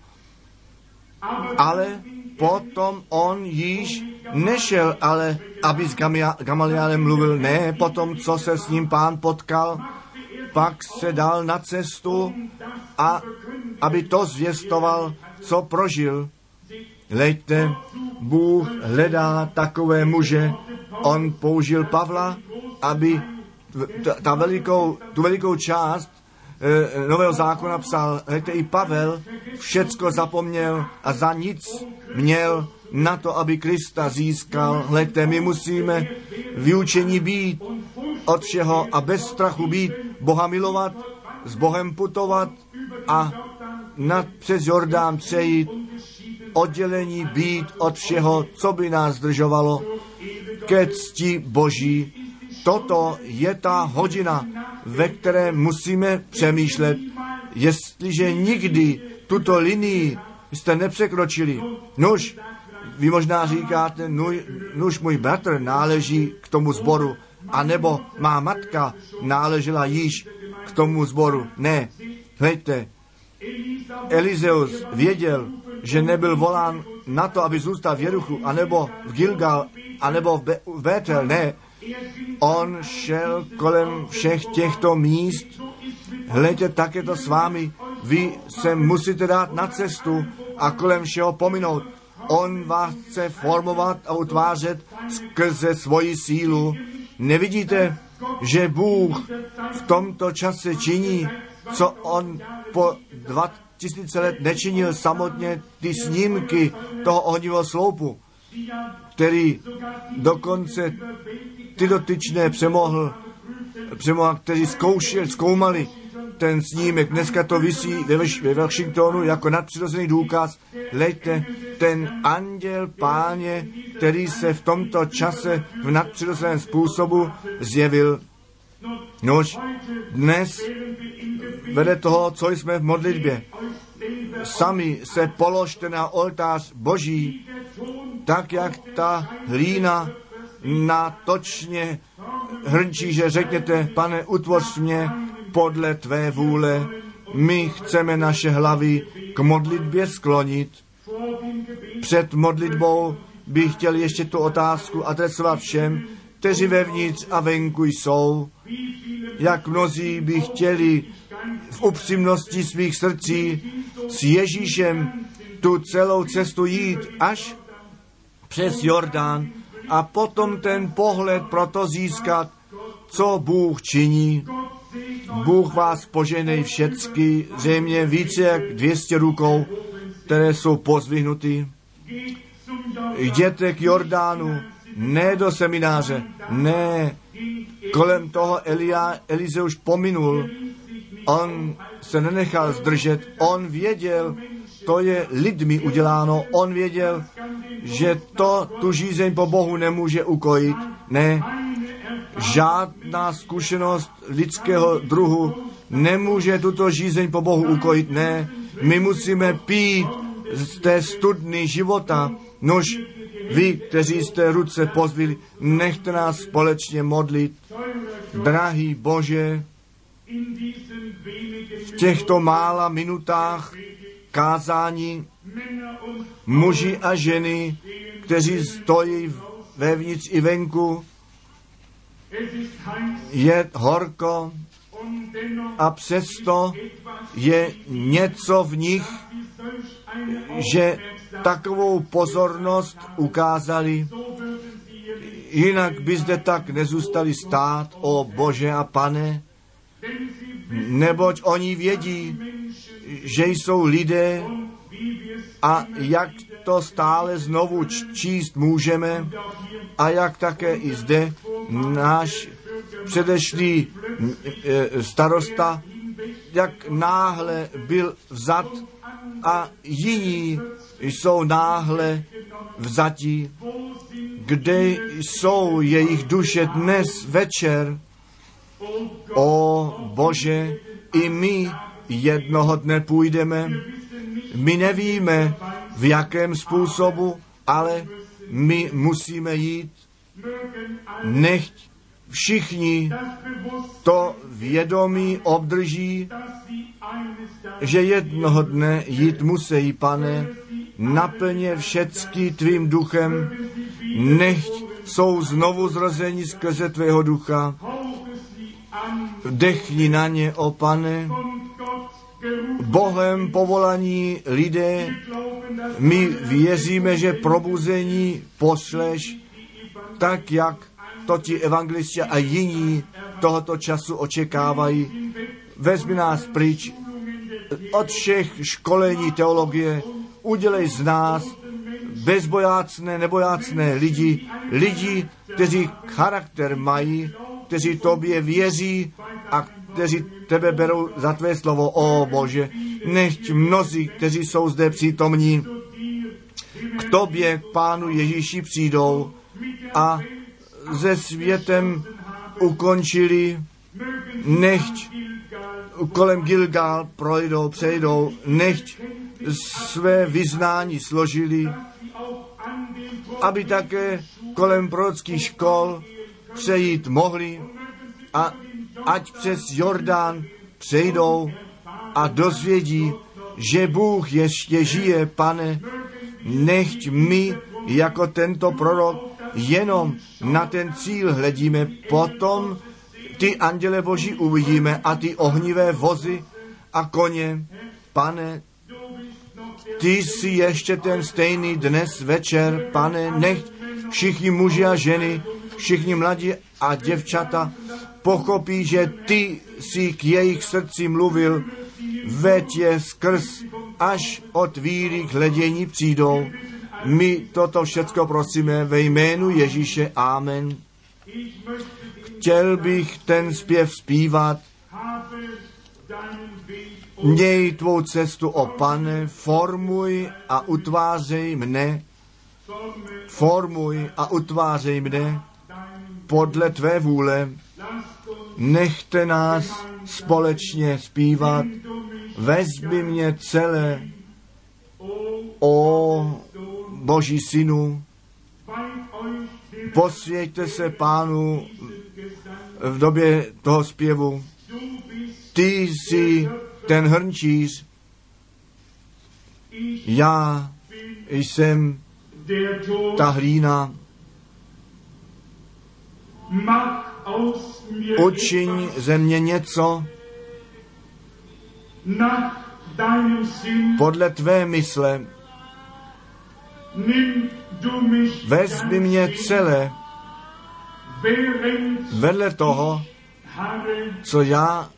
ale potom on již nešel, ale aby s Gamalielem mluvil, ne, potom, co se s ním Pán potkal, pak se dal na cestu a aby to zvěstoval, co prožil. Hleďte, Bůh hledá takové muže. On použil Pavla, aby ta, ta velikou, tu velikou část e, Nového zákona psal. Hleďte, i Pavel všecko zapomněl a za nic měl na to, aby Krista získal. Hleďte, my musíme vyučení být od všeho a bez strachu být, Boha milovat, s Bohem putovat a nad přes Jordán přejít, oddělení být od všeho, co by nás zdržovalo ke cti Boží. Toto je ta hodina, ve které musíme přemýšlet. Jestliže nikdy tuto linii jste nepřekročili, nuž, vy možná říkáte, nuž, nuž můj bratr náleží k tomu sboru, anebo má matka náležela již k tomu sboru. Ne, hleďte, Elizeus věděl, že nebyl volán na to, aby zůstal v Jerichu, anebo v Gilgal, anebo v, Be- v Betel, ne. On šel kolem všech těchto míst. Hleďte, tak je to s vámi. Vy se musíte dát na cestu a kolem všeho pominout. On vás chce formovat a utvářet skrze svoji sílu. Nevidíte, že Bůh v tomto čase činí, co on po dva tisíce let nečinil samotně, ty snímky toho ohnivého sloupu, který dokonce ty dotyčné přemohl, přemohl kteří zkoušeli, zkoumali ten snímek. Dneska to visí ve, ve Washingtonu jako nadpřirozený důkaz. Hleďte, ten anděl Páně, který se v tomto čase v nadpřirozeném způsobu zjevil. Nož dnes vede toho, co jsme v modlitbě. Sami se položte na oltář Boží, tak jak ta hlína na točně hrnčí, že řekněte, Pane, utvoř mě podle tvé vůle. My chceme naše hlavy k modlitbě sklonit. Před modlitbou bych chtěl ještě tu otázku adresovat všem, kteří vevnitř a venku jsou. Jak mnozí by chtěli v upřímnosti svých srdcí s Ježíšem tu celou cestu jít až přes Jordán a potom ten pohled proto získat, co Bůh činí. Bůh vás poženej všecky, zřejmě více jak dvě stě rukou, které jsou pozvihnuty. Jděte k Jordánu, ne do semináře, ne, kolem toho Elia, Elize už pominul, on se nenechal zdržet, on věděl, to je lidmi uděláno, on věděl, že to tu žízeň po Bohu nemůže ukojit, ne, žádná zkušenost lidského druhu nemůže tuto žízeň po Bohu ukojit, ne, my musíme pít z té studny života, nož vy, kteří jste ruce pozvili, nechte nás společně modlit. Drahý Bože, v těchto mála minutách kázání muži a ženy, kteří stojí vevnitř i venku, je horko a přesto je něco v nich, že takovou pozornost ukázali, jinak by zde tak nezůstali stát, o Bože a Pane, neboť oni vědí, že jsou lidé a jak to stále znovu číst můžeme a jak také i zde náš předešlý starosta, jak náhle byl vzat a jiní jsou náhle vzatí. Kde jsou jejich duše dnes večer? O Bože, i my jednoho dne půjdeme. My nevíme, v jakém způsobu, ale my musíme jít. Nechť všichni to vědomí obdrží, že jednoho dne jít musí, Pane, naplně všecky tvým duchem, nechť jsou znovu zrozeni skrze tvého ducha. Dechni na ně, o Pane, Bohem povolaní lidé, my věříme, že probuzení pošleš, tak jak to ti evangelisti a jiní tohoto času očekávají. Vezmi nás pryč od všech školení teologie, udělej z nás bezbojácné, nebojácné lidi, lidi, kteří charakter mají, kteří tobě věří a kteří tebe berou za tvé slovo, o Bože. Nechť mnozí, kteří jsou zde přítomní, k tobě, k Pánu Ježíši přijdou a se světem ukončili, nechť kolem Gilgal projdou, přejdou, nechť své vyznání složili, aby také kolem prorockých škol přejít mohli a ať přes Jordán přejdou a dozvědí, že Bůh ještě žije, Pane, nechť my jako tento prorok jenom na ten cíl hledíme, potom ty anděle Boží uvidíme a ty ohnivé vozy a koně. Pane, ty jsi ještě ten stejný dnes večer, Pane, nechť všichni muži a ženy, všichni mladí a děvčata pochopí, že ty jsi k jejich srdci mluvil, veď je skrz až od víry k hledění přijdou. My toto všecko prosíme ve jménu Ježíše. Amen. Chtěl bych ten zpěv zpívat. Měj tvou cestu, o Pane, formuj a utvářej mne, formuj a utvářej mne podle tvé vůle. Nechte nás společně zpívat, vezmi mě celé, o Boží synu, posvěťte se Pánu v době toho zpěvu. Ty jsi ten hrnčíř, já jsem ta hlína. Učiň ze mě něco podle tvé mysle. Vezmi mě celé vedle toho, co já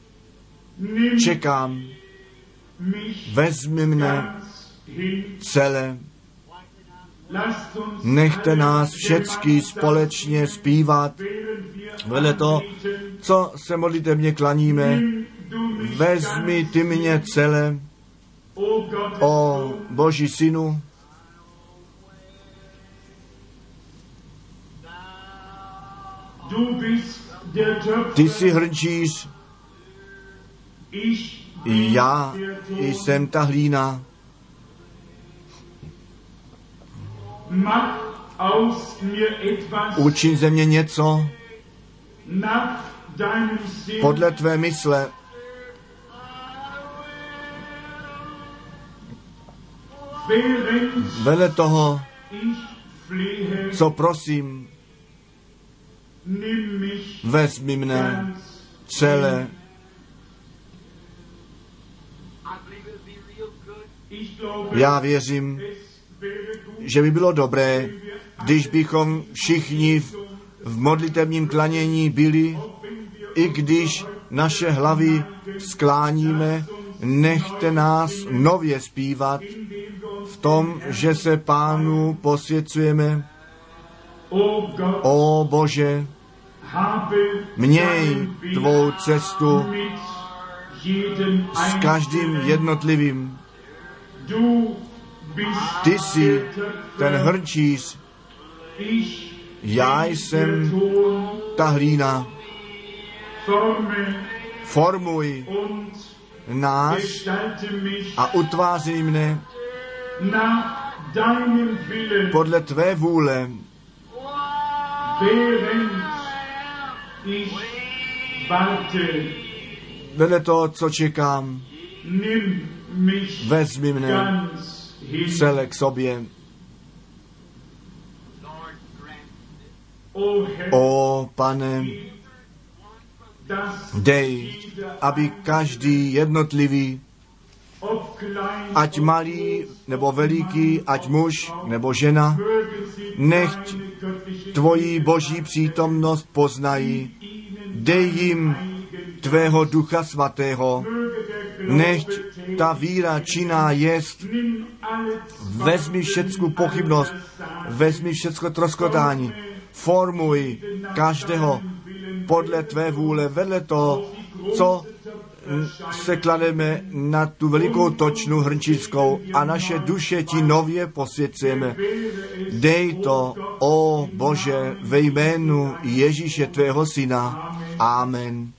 čekám. Vezmi mne celé. Nechte nás všecky společně zpívat vedle toho, co se modlitevně klaníme. Vezmi ty mě celé, o Boží synu. Ty jsi hrnčíř, já jsem ta hlína. Mach aus mir etwas Učiň ze mě něco podle tvé mysle, vedle toho, co prosím, vezmi mne celé. Já věřím, že by bylo dobré, když bychom všichni v, v modlitevním klanění byli, i když naše hlavy skláníme, nechte nás nově zpívat v tom, že se Pánu posvěcujeme. O Bože, měj tvou cestu s každým jednotlivým. Ty jsi ten hrnčíř, já jsem ta hlína. Formuj nás a utvářej mne podle tvé vůle. Vedle toho, co čekám, vezmi mne celé k sobě. O Pane, dej, aby každý jednotlivý, ať malý nebo veliký, ať muž nebo žena, nechť tvoji boží přítomnost poznají. Dej jim tvého Ducha Svatého, nechť ta víra činná jest. Vezmi všecku pochybnost, vezmi všecko troskotání, formuj každého podle tvé vůle, vedle toho, co se klademe na tu velikou točnu hrnčířskou a naše duše ti nově posvěcujeme. Dej to, o Bože, ve jménu Ježíše tvého syna. Amen.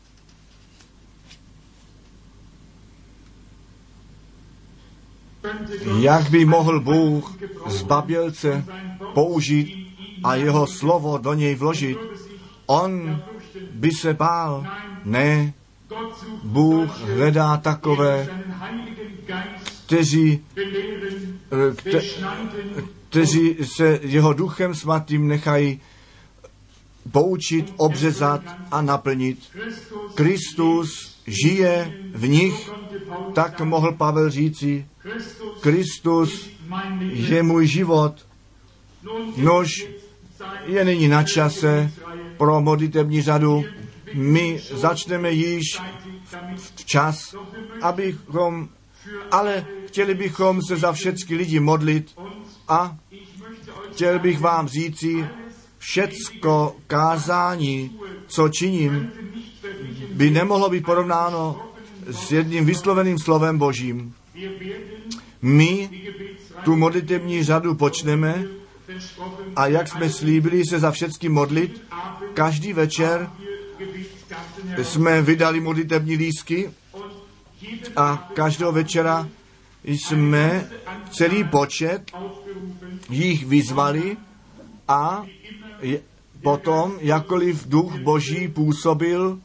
Jak by mohl Bůh zbabělce použít a jeho slovo do něj vložit? On by se bál. Ne, Bůh hledá takové, kteří, kte, kteří se jeho Duchem Svatým nechají poučit, obřezat a naplnit. Kristus žije v nich, tak mohl Pavel říci, Kristus je můj život. Nož je nyní na čase pro modlitební řadu. My začneme již včas, abychom, ale chtěli bychom se za všechny lidi modlit a chtěl bych vám říci, všecko kázání, co činím, by nemohlo být porovnáno s jedním vysloveným slovem Božím. My tu modlitební řadu počneme a jak jsme slíbili se za všechny modlit, každý večer jsme vydali modlitební lístky a každého večera jsme celý počet jich vyzvali a potom, jakkoliv duch Boží působil,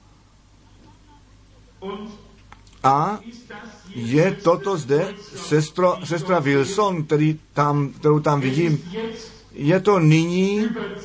a je toto zde sestro, sestra Wilson, který tam, kterou tam vidím, je to nyní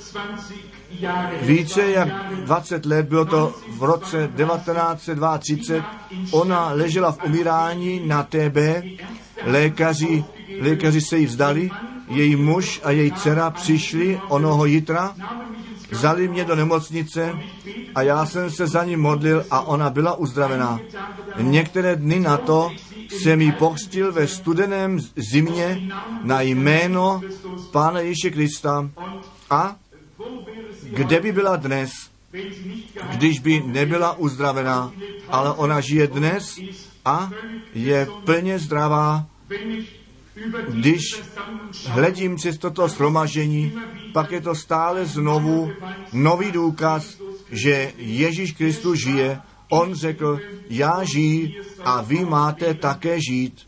více jak dvacet let, bylo to v roce devatenáct set třicet dva, ona ležela v umírání na T B, lékaři, lékaři se jí vzdali, její muž a její dcera přišli onoho jitra, vzali mě do nemocnice a já jsem se za ní modlil a ona byla uzdravená. Některé dny na to jsem jí pokřtil ve studeném zimě na jméno Pána Ježíše Krista. A kde by byla dnes, když by nebyla uzdravená, ale ona žije dnes a je plně zdravá. Když hledím přes toto shromaždění, pak je to stále znovu nový důkaz, že Ježíš Kristus žije. On řekl, já žiji a vy máte také žít.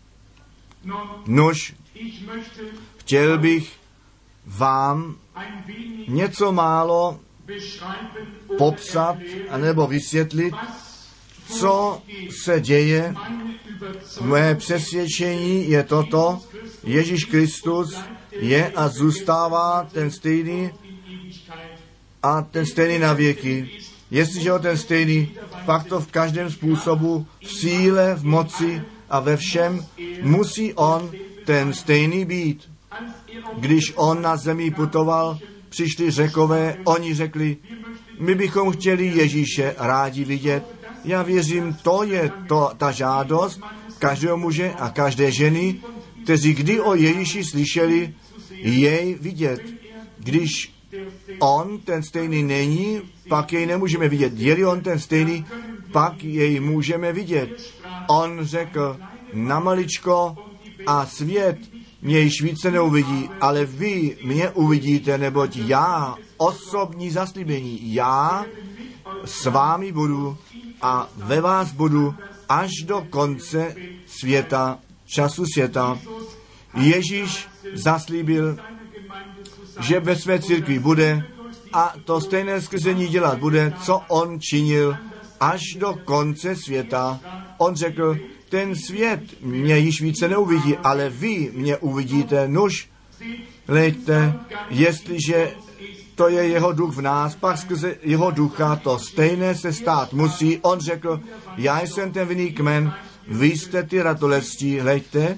Nož, chtěl bych vám něco málo popsat anebo vysvětlit, co se děje. Moje přesvědčení je toto: Ježíš Kristus je a zůstává ten stejný a ten stejný na věky. Jestliže je ten stejný, pak to v každém způsobu, v síle, v moci a ve všem musí on ten stejný být. Když on na zemi putoval, přišli Řekové, oni řekli, my bychom chtěli Ježíše rádi vidět. Já věřím, to je to, ta žádost každého muže a každé ženy, kteří kdy o Ježíši slyšeli, jej vidět. Když on ten stejný není, pak jej nemůžeme vidět. Je-li on ten stejný, pak jej můžeme vidět. On řekl, na maličko a svět mě již více neuvidí, ale vy mě uvidíte, neboť já, osobní zaslíbení, já s vámi budu a ve vás budu až do konce světa, času světa. Ježíš zaslíbil, že ve své církvi bude a to stejné skrze ní dělat bude, co on činil až do konce světa. On řekl, ten svět mě již více neuvidí, ale vy mě uvidíte. Nuž, hleďte, jestliže to je jeho duch v nás, pak skrze jeho ducha to stejné se stát musí. On řekl, já jsem ten vinný kmen, vy jste ty ratolesti, hleďte,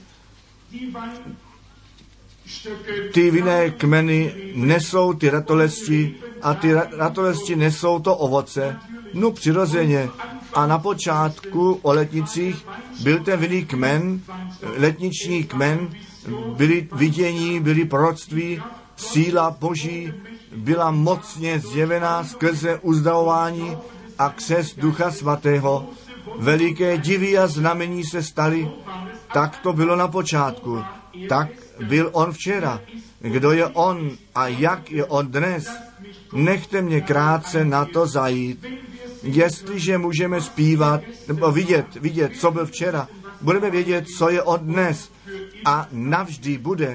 ty vinné kmeny nesou ty ratolesti a ty ratolesti nesou to ovoce. No přirozeně. A na počátku o letnicích byl ten vinný kmen, letniční kmen, byly vidění, byly proroctví, síla Boží byla mocně zjevená skrze uzdravování a křest Ducha Svatého. Veliké divy a znamení se staly. Tak to bylo na počátku. Tak byl on včera. Kdo je on a jak je on dnes? Nechte mě krátce na to zajít. Jestliže můžeme zpívat, nebo vidět, vidět, co byl včera, budeme vědět, co je on dnes a navždy bude.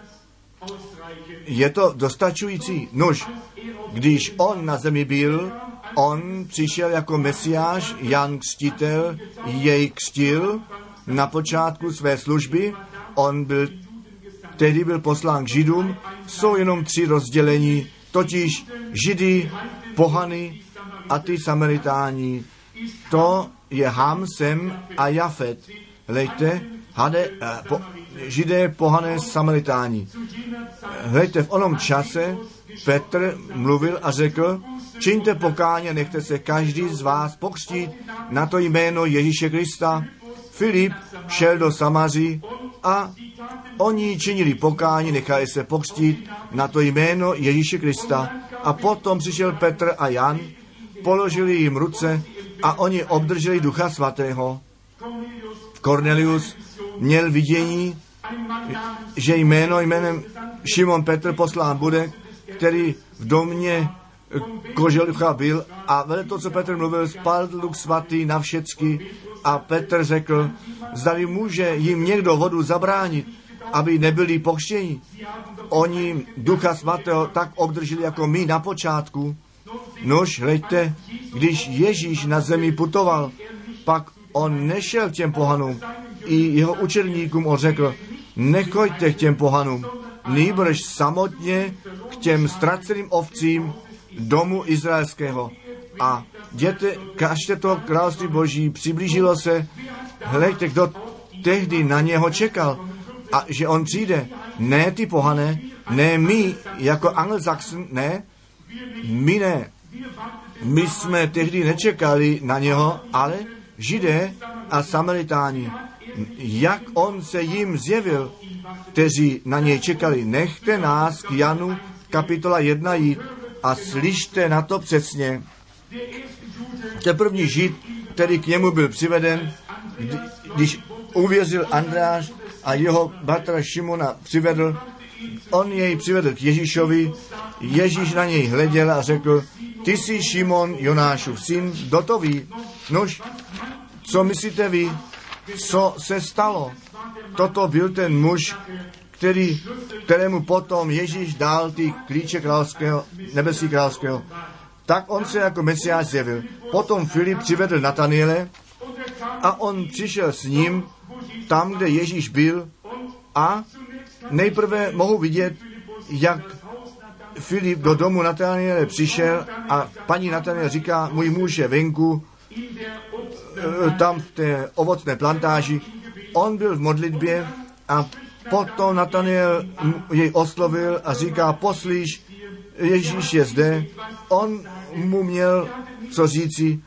Je to dostačující? Nož, když on na zemi byl, on přišel jako Mesiáš, Jan Křtitel jej křtil na počátku své služby, on byl, tehdy byl poslán k Židům, jsou jenom tři rozdělení, totiž Židy, pohany a ty Samaritáni. To je Ham, Sem a Jafet. Hleďte, hade, eh, po, Židé, pohané, Samaritáni. Hleďte, v onom čase Petr mluvil a řekl, čiňte pokání, nechte se každý z vás pokřtít na to jméno Ježíše Krista. Filip šel do Samaří a oni činili pokání, nechali se pokřtít na to jméno Ježíše Krista. A potom přišel Petr a Jan, položili jim ruce a oni obdrželi Ducha Svatého. Kornelius měl vidění, že jméno jménem Šimon Petr poslán bude, který v domě koželucha byl a vedle to, co Petr mluvil, spadl Duch Svatý na všecky a Petr řekl, zdali může jim někdo vodu zabránit, aby nebyli pokřtěni. Oni Ducha Svatého tak obdrželi jako my na počátku. Nož, hleďte, když Ježíš na zemi putoval, pak on nešel k těm pohanům. I jeho učedníkům on řekl, nechoďte k těm pohanům, nýbrž samotně k těm ztraceným ovcím domu izraelského. A jděte, kažte to království Boží, přiblížilo se, hleďte, kdo tehdy na něho čekal, a že on přijde. Ne ty pohané, ne my, jako Anglosaxon, ne, my ne. My jsme tehdy nečekali na něho, ale Židé a Samaritáni. Jak on se jim zjevil, kteří na něj čekali. Nechte nás k Janu kapitola jedna jít a slyšte na to přesně. Ten první Žid, který k němu byl přiveden, když uvěřil Andreáš a jeho bratra Šimona přivedl, on jej přivedl k Ježíšovi, Ježíš na něj hleděl a řekl, ty jsi Šimon, Jonášův syn, kdo to ví? Nož, co myslíte vy, co se stalo? Toto byl ten muž, který, kterému potom Ježíš dal ty klíče královského, nebesí královského. tak on se jako Mesiáš zjevil. Potom Filip přivedl Nataniele a on přišel s ním tam, kde Ježíš byl, a nejprve mohu vidět, jak Filip do domu Nataniele přišel a paní Nataniel říká, můj muž je venku, tam v té ovocné plantáži. On byl v modlitbě a potom Nataniel jej oslovil a říká, poslíš, Ježíš je zde. On mu měl co říci.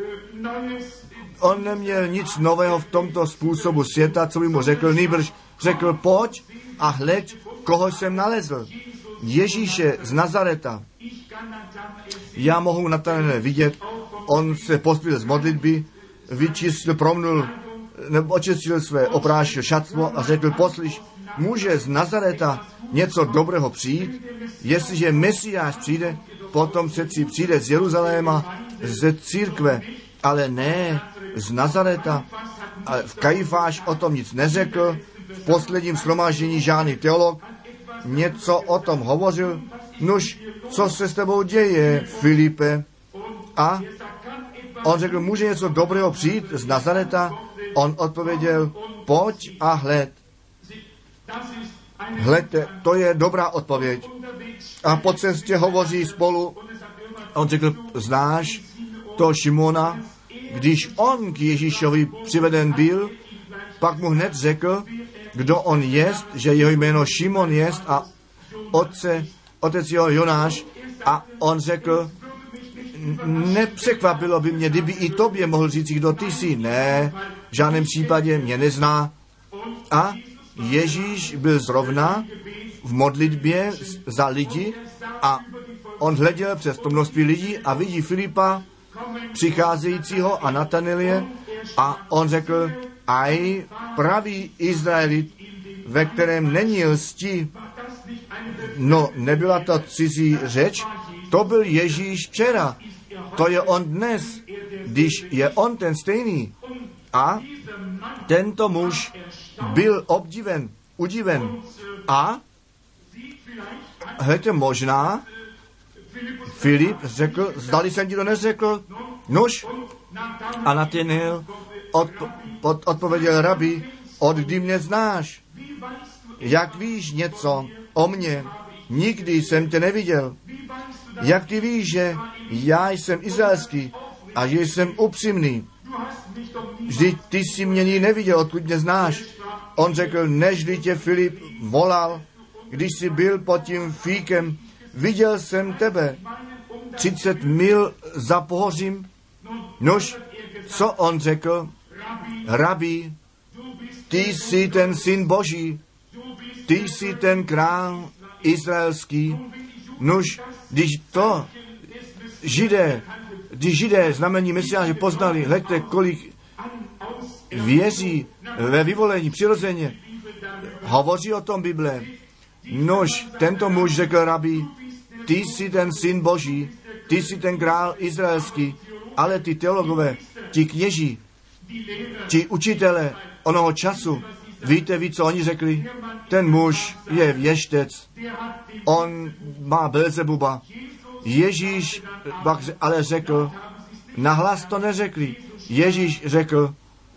On neměl nic nového v tomto způsobu světa, co by mu řekl, nýbrž řekl, pojď a hleď, koho jsem nalezl. Ježíše z Nazareta. Já mohu Nataniele vidět, on se pospil z modlitby, vyčistil, promnul, nebo očistil své, oprášil šatstvo a řekl, poslíš, může z Nazareta něco dobrého přijít? Jestliže Mesiáš přijde, potom přeci přijde z Jeruzaléma, ze církve, ale ne z Nazareta. A v Kajfáš o tom nic neřekl, v posledním shromáždění žádný teolog něco o tom hovořil. Nuž, co se s tebou děje, Filipe? A on řekl, může něco dobrého přijít z Nazareta? On odpověděl, pojď a hled. Hledte, to je dobrá odpověď. A po cestě hovoří spolu. On řekl, znáš to Šimona? Když on k Ježíšovi přiveden byl, pak mu hned řekl, kdo on jest, že jeho jméno Šimon jest a otce, otec jeho Jonáš. A on řekl, nepřekvapilo by mě, kdyby i tobě mohl říct, kdo ty jsi. Ne, v žádném případě mě nezná. A Ježíš byl zrovna v modlitbě za lidi a on hleděl přes to množství lidí a vidí Filipa přicházejícího a Nataniele a on řekl, aj pravý Izraelit, ve kterém není lsti. No, nebyla to cizí řeč, to byl Ježíš včera, to je on dnes, když je on ten stejný. A tento muž byl obdiven, udiven. A hledajte, možná Filip řekl, zdali jsem ti to neřekl, nož. A Nataniel odpo, od, odpověděl, rabi, od kdy mě znáš? Jak víš něco o mně? Nikdy jsem tě neviděl. Jak ty víš, že já jsem izraelský a že jsem upřímný? Vždyť ty jsi mě nikdy neviděl, odkud mě znáš. On řekl, nežli tě Filip volal, když jsi byl pod tím fíkem, viděl jsem tebe třicet mil za pohořím. Nož, co on řekl? Rabi, ty jsi ten syn Boží, ty jsi ten král izraelský. Nož, když to Židé, když Židé znamení Mesiáše poznali, hleďte, kolik věří ve vyvolení přirozeně, hovoří o tom Bible. Nož, tento muž řekl, rabi, ty jsi ten syn Boží, ty jsi ten král izraelský, ale ty teologové, ti kněží, ti učitele onoho času, víte vy, co oni řekli? Ten muž je věštec, on má Belzebuba. Ježíš ale řekl, nahlas to neřekli. Ježíš řekl,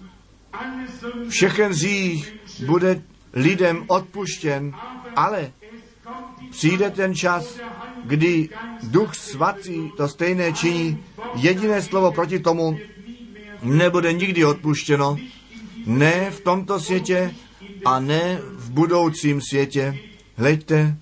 všechen hřích bude lidem odpuštěn, ale přijde ten čas, kdy Duch Svatý to stejné činí. Jediné slovo proti tomu nebude nikdy odpuštěno. Ne v tomto světě a ne v budoucím světě. Hleďte,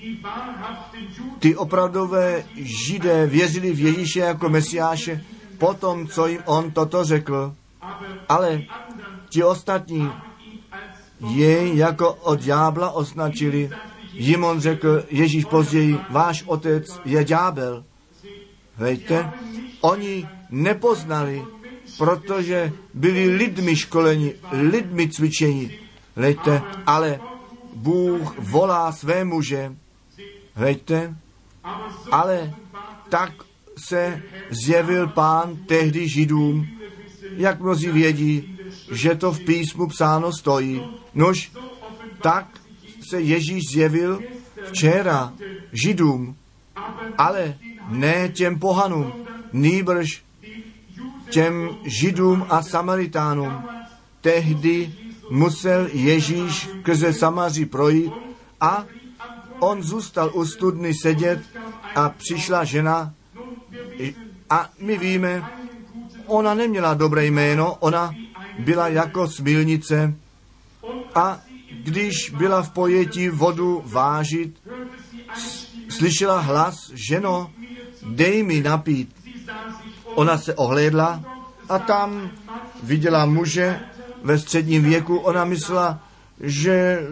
ty opravdové Židé věřili v Ježíše jako Mesiáše po tom, co jim on toto řekl. Ale ti ostatní jej jako od ďábla označili. Jim on řekl, Ježíš později, váš otec je ďábel. Hejte, oni nepoznali, protože byli lidmi školeni, lidmi cvičeni. Hejte, ale Bůh volá své muže. Hejte, ale tak se zjevil Pán tehdy Židům, jak mnozí vědí, že to v písmu psáno stojí. Nož, tak se Ježíš zjevil včera Židům, ale ne těm pohanům, nýbrž těm Židům a Samaritánům. Tehdy musel Ježíš skrze Samaří projít a on zůstal u studny sedět a přišla žena a my víme, ona neměla dobré jméno, ona byla jako smilnice a když byla v pojetí vodu vážit, slyšela hlas, ženo, dej mi napít. Ona se ohlédla a tam viděla muže ve středním věku. Ona myslela, že,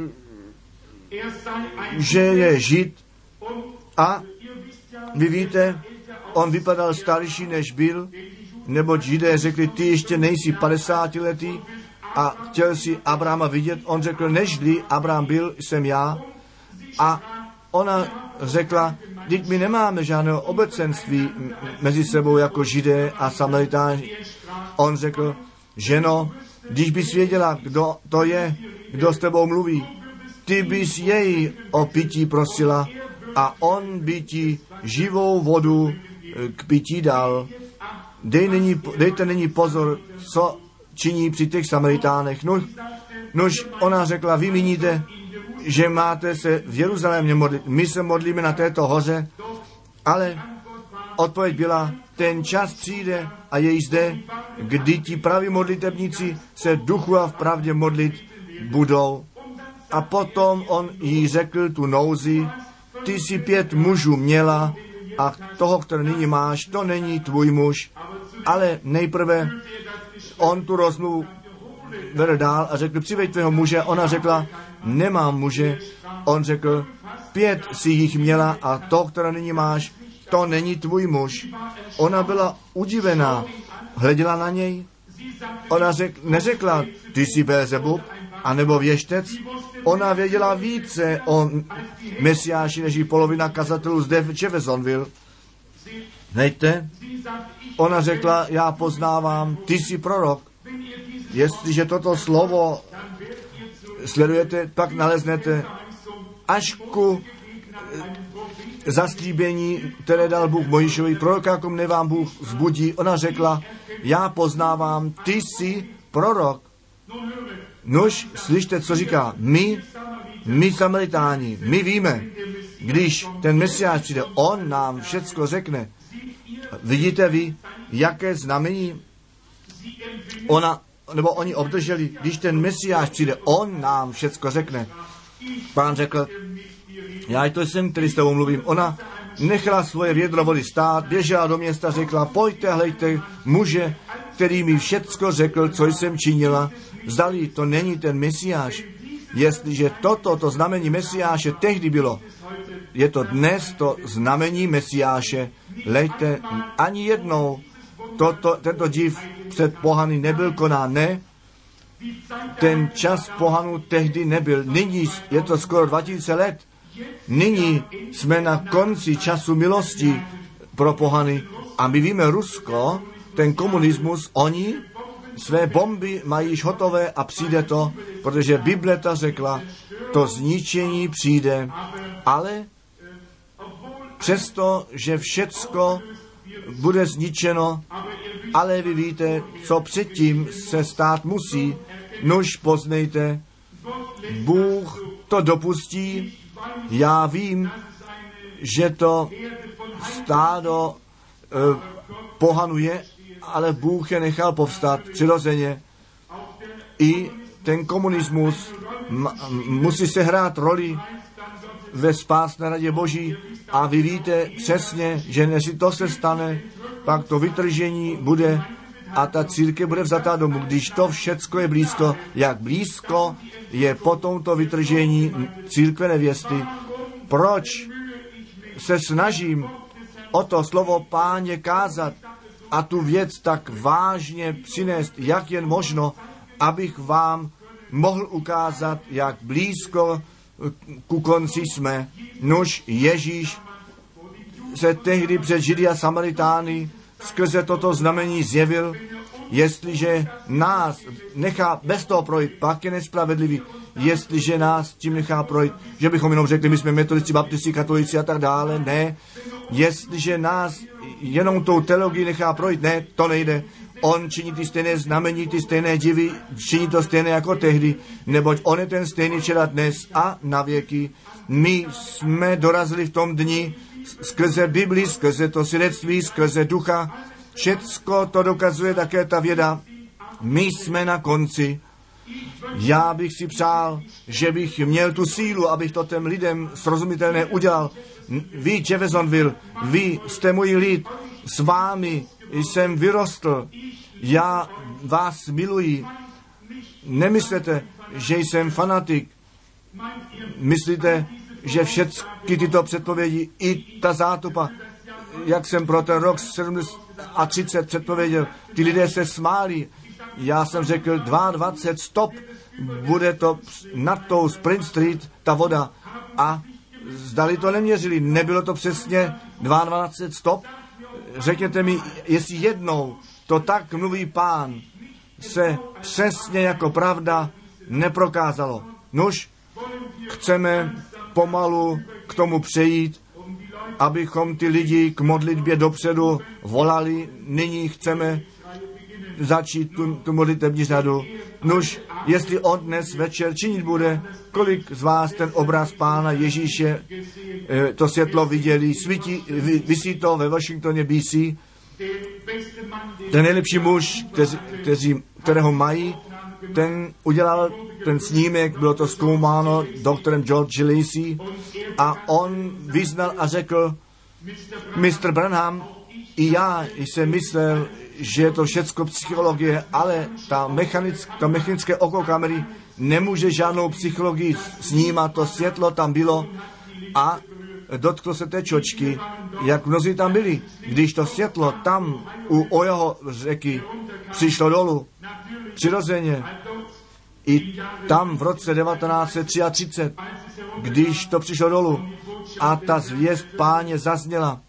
že je Žid a vy víte, on vypadal starší než byl, neboť Židé řekli, ty ještě nejsi padesátiletý a chtěl si Abrahama vidět. On řekl, nežli Abraham byl, jsem já. A ona řekla, teď my nemáme žádného obecenství mezi sebou jako Židé a Samaritáni. On řekl, ženo, když bys věděla, kdo to je, kdo s tebou mluví, ty bys jej o pití prosila a on by ti živou vodu k pití dal. Dej nyní, dejte nyní pozor, co činí při těch Samaritánech. No, nož ona řekla, vy míníte, že máte se v Jeruzalémě modlit. My se modlíme na této hoře, ale odpověď byla, ten čas přijde a je zde, kdy ti praví modlitebníci se duchu a v pravdě modlit budou. A potom on jí řekl tu nouzi, ty si pět mužů měla a toho, který nyní máš, to není tvůj muž. Ale nejprve on tu rozmluvu vedl dál a řekl, přiveď tvého muže. Ona řekla, nemám muže. On řekl, pět si jich měla a to, které nyní máš, to není tvůj muž. Ona byla udivená, hleděla na něj. Ona řek, neřekla, ty jsi Belzebub, anebo věštec. Ona věděla více o Mesiáši, než jí polovina kazatelů zde v Jeffersonville. Hejte, ona řekla, já poznávám, ty jsi prorok. Jestliže toto slovo sledujete, pak naleznete až ku zaslíbení, které dal Bůh Mojžíšovi, proroka, jako mne vám Bůh vzbudí. Ona řekla, já poznávám, ty jsi prorok. Nož, slyšte, co říká, my, my Samaritáni, my víme, když ten Mesiáš přijde, on nám všecko řekne. Vidíte vy, jaké znamení ona, nebo oni obdrželi, když ten Mesiáš přijde, on nám všecko řekne. Pán řekl, já to jsem, který s tebou mluvím. Ona nechala svoje vědro vody stát, běžela do města, řekla, pojďte, hlejte muže, který mi všecko řekl, co jsem činila. Zdali to není ten Mesiáš. Jestliže toto, to znamení Mesiáše tehdy bylo, je to dnes to znamení Mesiáše. Lejte, ani jednou toto, tento div před pohany nebyl konán, ne? Ten čas pohanu tehdy nebyl. Nyní je to skoro dva tisíce let. Nyní jsme na konci času milosti pro pohany. A my víme, Rusko, ten komunismus, oni své bomby mají již hotové a přijde to, protože Bible ta řekla, to zničení přijde. Ale přesto, že všecko bude zničeno, ale vy víte, co předtím se stát musí, nož poznejte, Bůh to dopustí. Já vím, že to stádo e, pohanuje, ale Bůh je nechal povstat přirozeně. I ten komunismus m- musí sehrát roli ve spásné radě Boží a vy víte přesně, že než to se stane, pak to vytržení bude a ta církev bude vzatá domů. Když to všecko je blízko, jak blízko je potom to vytržení církve nevěsty. Proč se snažím o to slovo Páně kázat a tu věc tak vážně přinést, jak jen možno, abych vám mohl ukázat, jak blízko ku konci jsme. Nož Ježíš se tehdy před Židy a Samaritány skrze toto znamení zjevil. Jestliže nás nechá bez toho projít, pak je nespravedlivý. Jestliže nás tím nechá projít, že bychom jenom řekli, my jsme metodisti, baptisti, katolici a tak dále, ne. jestliže nás jenom tou teologií nechá projít, ne, to nejde. On činí ty stejné znamení, ty stejné divy, činí to stejné jako tehdy, neboť on je ten stejný včera, dnes a na věky. My jsme dorazili v tom dni skrze Bibli, skrze to svědectví, skrze ducha. Všecko to dokazuje také ta věda. My jsme na konci. Já bych si přál, že bych měl tu sílu, abych to těm lidem srozumitelné udělal. Vy, Jeffersonville, vy jste můj lid, s vámi jsem vyrostl. Já vás miluji. Nemyslete, že jsem fanatik. Myslíte, že všechny tyto předpovědi, i ta zátupa, jak jsem pro ten rok sedmdesát a třicet předpověděl, ty lidé se smáli. Já jsem řekl dvacet dva stop, bude to nad tou Spring Street, ta voda. A zdali to neměřili, nebylo to přesně dvacet dva stop. Řekněte mi, jestli jednou to tak mluví Pán, se přesně jako pravda neprokázalo. Nuž, chceme pomalu k tomu přejít, abychom ty lidi k modlitbě dopředu volali. Nyní chceme začít tu, tu modlitební řadu. Nuž, jestli on dnes večer činit bude, kolik z vás ten obraz Pána Ježíše, to světlo viděli, svítí, visí to ve Washingtoně, B C, ten nejlepší muž, kteří, kteří, kterého mají, ten udělal ten snímek, bylo to zkoumáno doktorem George Lacey a on vyznal a řekl, mister Branham, i já jsem myslel, že je to všecko psychologie, ale ta, mechanick, ta mechanické oko kamery nemůže žádnou psychologii snímat, to světlo tam bylo a dotklo se té čočky, jak mnozí tam byli. Když to světlo tam u Ojoho řeky přišlo dolů, přirozeně, i tam v roce devatenáct set třicet tři, když to přišlo dolů a ta zvěst Páně zazněla,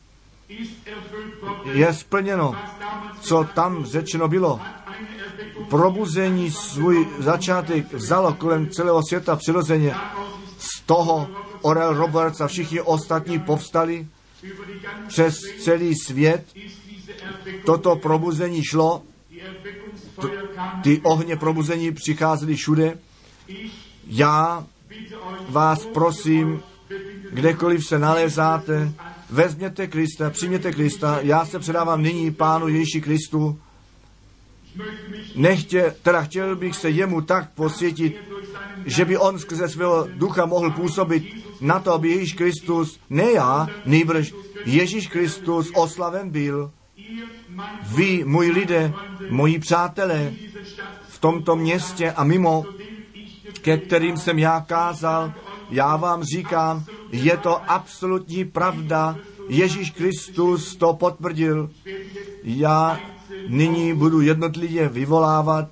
je splněno, co tam řečeno bylo. Probuzení svůj začátek vzalo kolem celého světa přirozeně. Z toho Oral Roberts a všichni ostatní povstali přes celý svět. Toto probuzení šlo, t- ty ohně probuzení přicházely všude. Já vás prosím, kdekoliv se nalézáte, vezměte Krista, přijměte Krista. Já se předávám nyní Pánu Ježíši Kristu. Nechtě, teda chtěl bych se jemu tak posvětit, že by on skrze svého ducha mohl působit na to, aby Ježíš Kristus, ne já, nýbrž Ježíš Kristus oslaven byl. Vy, můj lidé, moji přátelé, v tomto městě a mimo, ke kterým jsem já kázal, já vám říkám, je to absolutní pravda. Ježíš Kristus to potvrdil. Já nyní budu jednotlivě vyvolávat.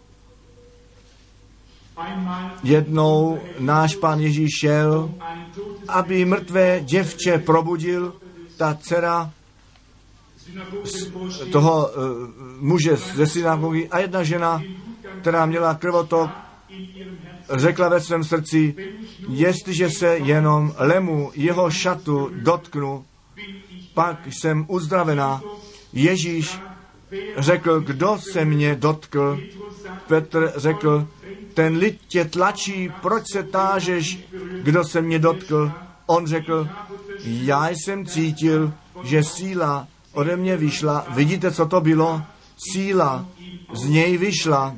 Jednou náš Pán Ježíš šel, aby mrtvé děvče probudil, ta dcera toho uh, muže ze synagogy a jedna žena, která měla krvotok, řekla ve svém srdci, jestliže se jenom lemu jeho šatu dotknu, pak jsem uzdravená. Ježíš řekl, kdo se mě dotkl? Petr řekl, ten lid tě tlačí, proč se tážeš, kdo se mě dotkl? On řekl, já jsem cítil, že síla ode mě vyšla. Vidíte, co to bylo? Síla z něj vyšla.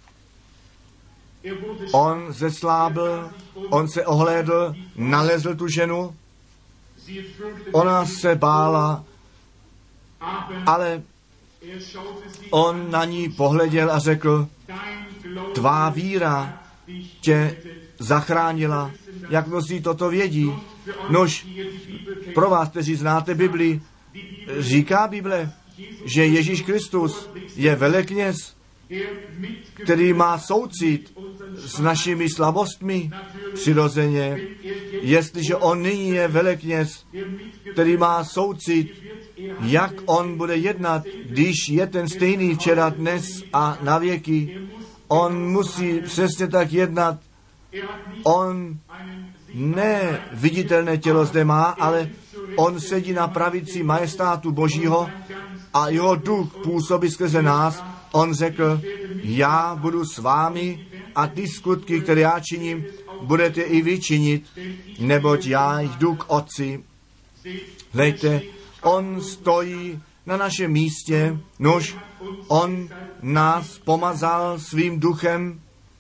On zeslábil, on se ohlédl, nalezl tu ženu, ona se bála, ale on na ní pohleděl a řekl, tvá víra tě zachránila. Jak mnozí toto vědí? Nož, pro vás, kteří znáte Bibli, říká Bible, že Ježíš Kristus je velekněz, který má soucit s našimi slabostmi přirozeně. Jestliže on nyní je velekněz, který má soucit, jak on bude jednat, když je ten stejný včera, dnes a na věky. On musí přesně tak jednat. On neviditelné tělo zde má, ale On sedí na pravici majestátu Božího a jeho duch působí skrze nás. On řekl, já budu s vámi a ty skutky, které já činím, budete i vy činit, neboť já jdu k Otci. Hleďte, on stojí na našem místě, nož on nás pomazal svým duchem.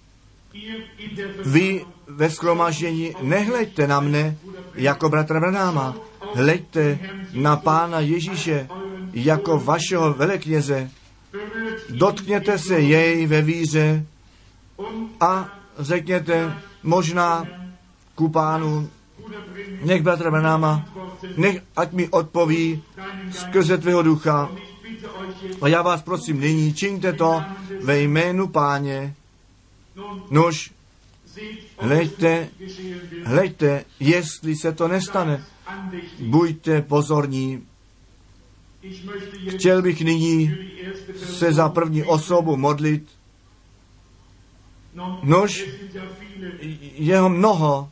Vy ve shromaždění nehleďte na mne jako bratra Branáma, hleďte na Pána Ježíše jako vašeho velekněze. Dotkněte se jej ve víře a řekněte možná ku Pánu, nech bratra Branáma, nech ať mi odpoví skrze tvého ducha. A já vás prosím nyní, čiňte to ve jménu Páně. Nož, hleďte, hleďte, jestli se to nestane. Buďte pozorní. Chtěl bych nyní se za první osobu modlit. Nož, jeho mnoho,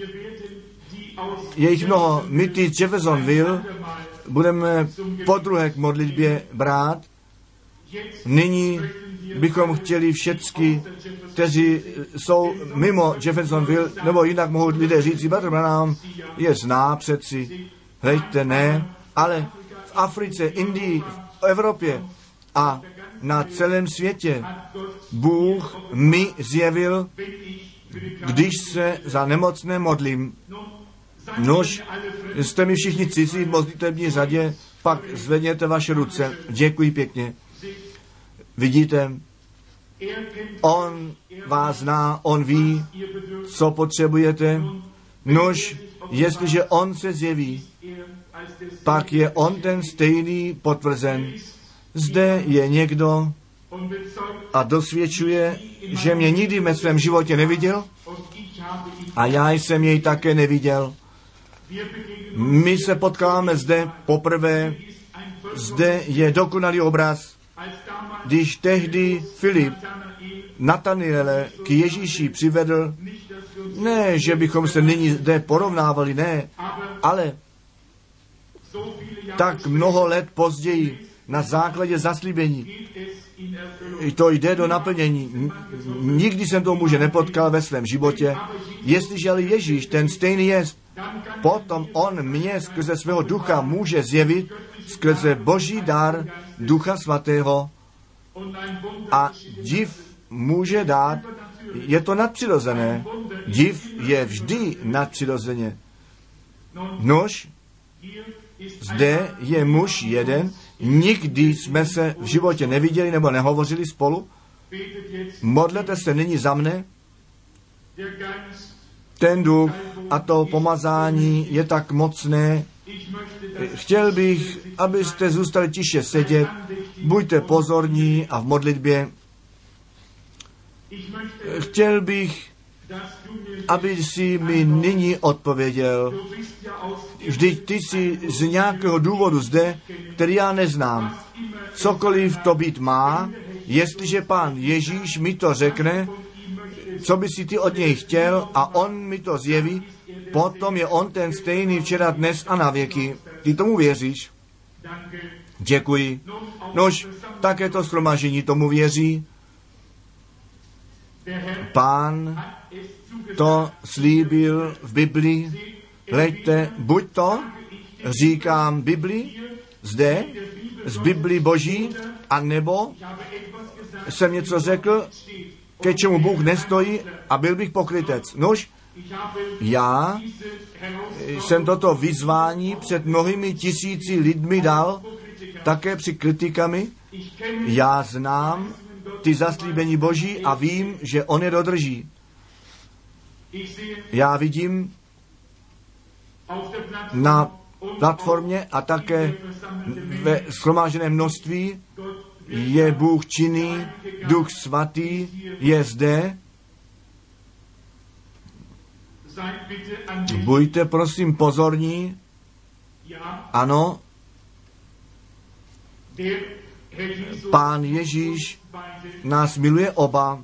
je jich mnoho. My ty z Jeffersonville budeme podruhé k modlitbě brát. Nyní bychom chtěli všecky, kteří jsou mimo Jeffersonville, nebo jinak mohou lidé říct, bratr Branham je zná přeci. Hleďte, ne, ale v Africe, Indii, v Evropě a na celém světě Bůh mi zjevil, když se za nemocné modlím. Nož, jste mi všichni cizí v modlitební řadě, pak zvedněte vaše ruce. Děkuji pěkně. Vidíte, on vás zná, on ví, co potřebujete. Nož, jestliže on se zjeví, pak je on ten stejný potvrzen. Zde je někdo a dosvědčuje, že mě nikdy ve svém životě neviděl a já jsem jej také neviděl. My se potkáváme zde poprvé. Zde je dokonalý obraz. Když tehdy Filip Nataniele k Ježíši přivedl, ne, že bychom se nyní zde porovnávali, ne, ale tak mnoho let později na základě zaslíbení to jde do naplnění. Nikdy jsem toho muže nepotkal ve svém životě. Jestliže ale Ježíš ten stejný je, potom on mě skrze svého ducha může zjevit, skrze boží dar Ducha Svatého a div může dát, je to nadpřirozené. Div je vždy nadpřirozeně. Nož, zde je muž jeden, nikdy jsme se v životě neviděli nebo nehovořili spolu. Modlete se nyní za mne. Ten duch a to pomazání je tak mocné. Chtěl bych, abyste zůstali tiše sedět, buďte pozorní a v modlitbě. Chtěl bych, aby si mi nyní odpověděl. Vždyť ty jsi z nějakého důvodu zde, který já neznám. Cokoliv to být má, jestliže Pán Ježíš mi to řekne, co by si ty od něj chtěl a on mi to zjeví, potom je on ten stejný včera, dnes a na věky. Ty tomu věříš? Děkuji. Nož, také to shromaždění tomu věří. Pán to slíbil v Biblii. Hleďte, buď to, říkám Biblii, zde, z Biblii Boží, anebo jsem něco řekl, ke čemu Bůh nestojí a byl bych pokrytec. Nož, já jsem toto vyzvání před mnohými tisíci lidmi dal, také při kritikami. Já znám ty zaslíbení Boží a vím, že on je dodrží. Já vidím na platformě a také ve shromáženém množství je Bůh činný, Duch Svatý je zde. Buďte prosím pozorní. Ano, Pán Ježíš nás miluje oba.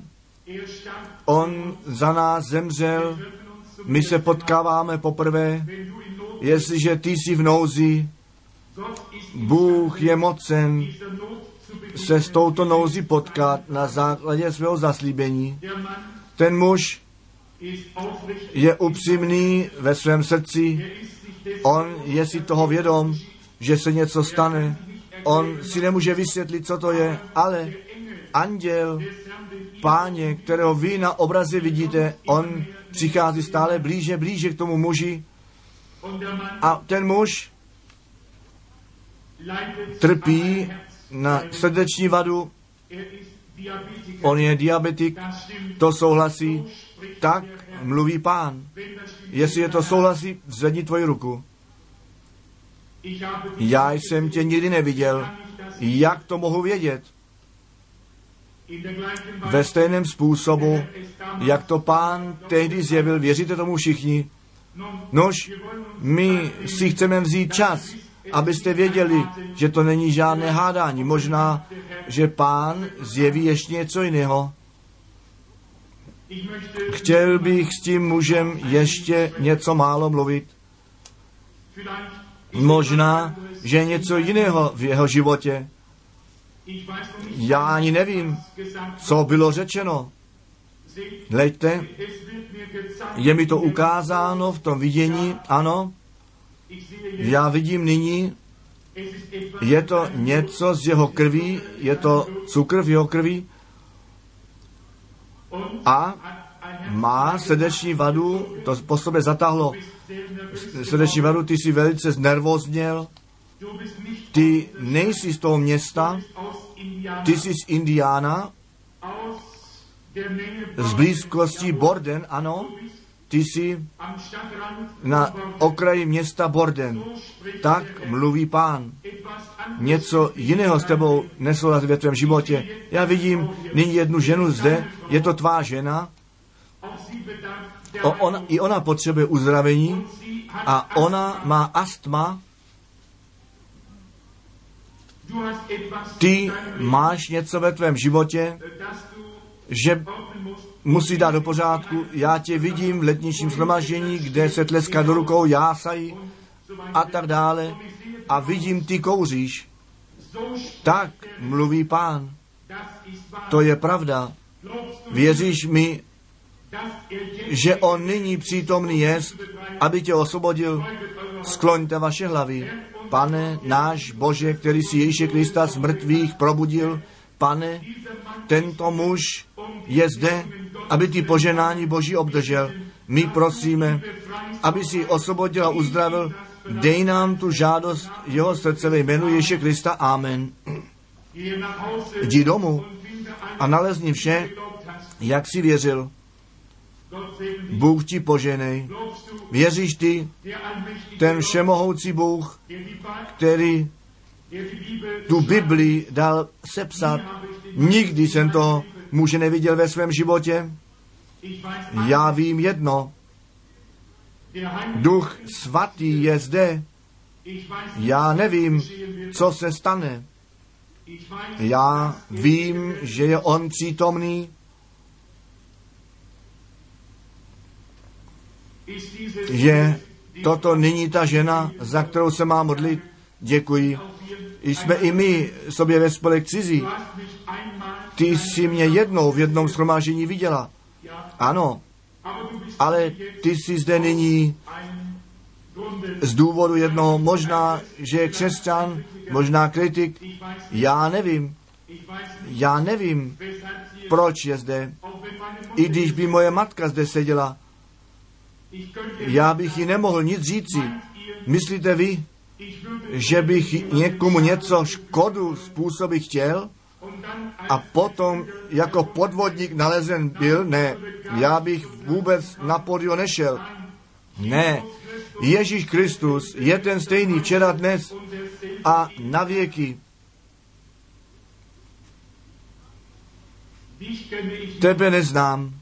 On za nás zemřel, my se potkáváme poprvé. Jestliže ty jsi v nouzi, Bůh je mocen se s touto nouzí potkat na základě svého zaslíbení. Ten muž je upřímný ve svém srdci, on je si toho vědom, že se něco stane. On si nemůže vysvětlit, co to je, ale anděl Páně, kterého vy na obraze vidíte, on přichází stále blíže, blíže k tomu muži a ten muž trpí na srdeční vadu, on je diabetik, to souhlasí, tak mluví Pán. Jestli je to souhlasí, zvedni tvoji ruku. Já jsem tě nikdy neviděl, jak to mohu vědět? Ve stejném způsobu, jak to Pán tehdy zjevil, věříte tomu všichni? Nož, my si chceme vzít čas, abyste věděli, že to není žádné hádání. Možná, že Pán zjeví ještě něco jiného. Chtěl bych s tím mužem ještě něco málo mluvit. Možná, že něco jiného v jeho životě. Já ani nevím, co bylo řečeno. Hleďte, je mi to ukázáno v tom vidění, ano, já vidím nyní, je to něco z jeho krví, je to cukr v jeho krví a má srdeční vadu, to po sobě zatáhlo srdeční vadu, ty jsi velice znervozněl, ty nejsi z toho města, ty jsi z Indiána, z blízkosti Borden, ano, ty jsi na okraji města Borden. Tak mluví Pán. Něco jiného s tebou nesouhlasí ve tvém životě. Já vidím nyní jednu ženu zde, je to tvá žena, o, ona, i ona potřebuje uzdravení a ona má astma. Ty máš něco ve tvém životě, že musí dát do pořádku. Já tě vidím v letničním shromaždění, kde se tleská do rukou, jásají a tak dále. A vidím, ty kouříš. Tak mluví Pán. To je pravda. Věříš mi, že on nyní přítomný jest, aby tě osvobodil? Skloňte vaše hlavy. Pane, náš Bože, který si Ježíše Krista z mrtvých probudil, Pane, tento muž je zde, aby ty poženání Boží obdržel. My prosíme, aby si osvobodil a uzdravil. Dej nám tu žádost jeho srdce ve jménu Ježíše Krista. Amen. Jdi domů a nalezni vše, jak jsi věřil. Bůh ti poženej. Věříš ty, ten všemohoucí Bůh, který tu Bibli dal sepsat. Nikdy jsem to muže neviděl ve svém životě. Já vím jedno. Duch svatý je zde. Já nevím, co se stane. Já vím, že je on přítomný. Že toto není ta žena, za kterou se má modlit. Děkuji. Jsme i my sobě ve spolek cizí. Ty jsi mě jednou v jednom shromáždění viděla. Ano, ale ty jsi zde nyní z důvodu jednoho, možná, že je křesťan, možná kritik. Já nevím. Já nevím, proč je zde. I když by moje matka zde seděla, já bych jí nemohl nic říci. Myslíte vy, že bych někomu něco škodu způsobit chtěl a potom jako podvodník nalezen byl? Ne, já bych vůbec na pódium nešel. Ne, Ježíš Kristus je ten stejný včera, dnes a na věky. Tebe neznám.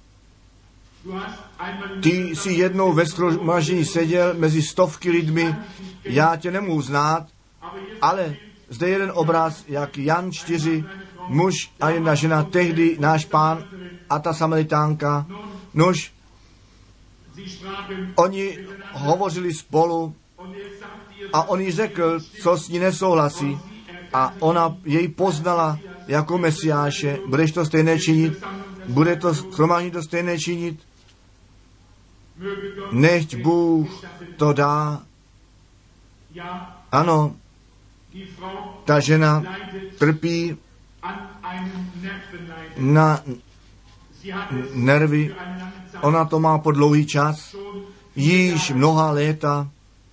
Ty jsi jednou ve shromáždění seděl mezi stovky lidmi, já tě nemohu znát, ale zde jeden obraz, jak Jan čtyři, muž a jedna žena, tehdy náš Pán a ta Samaritánka. Nož, Oni hovořili spolu a on jí řekl, co s ní nesouhlasí. A ona jej poznala jako Mesiáše. Budeš to stejné činit? Bude to shromáždění to stejné činit? Nechť Bůh to dá. Ano, ta žena trpí na nervy. Ona to má po dlouhý čas, již mnoha léta.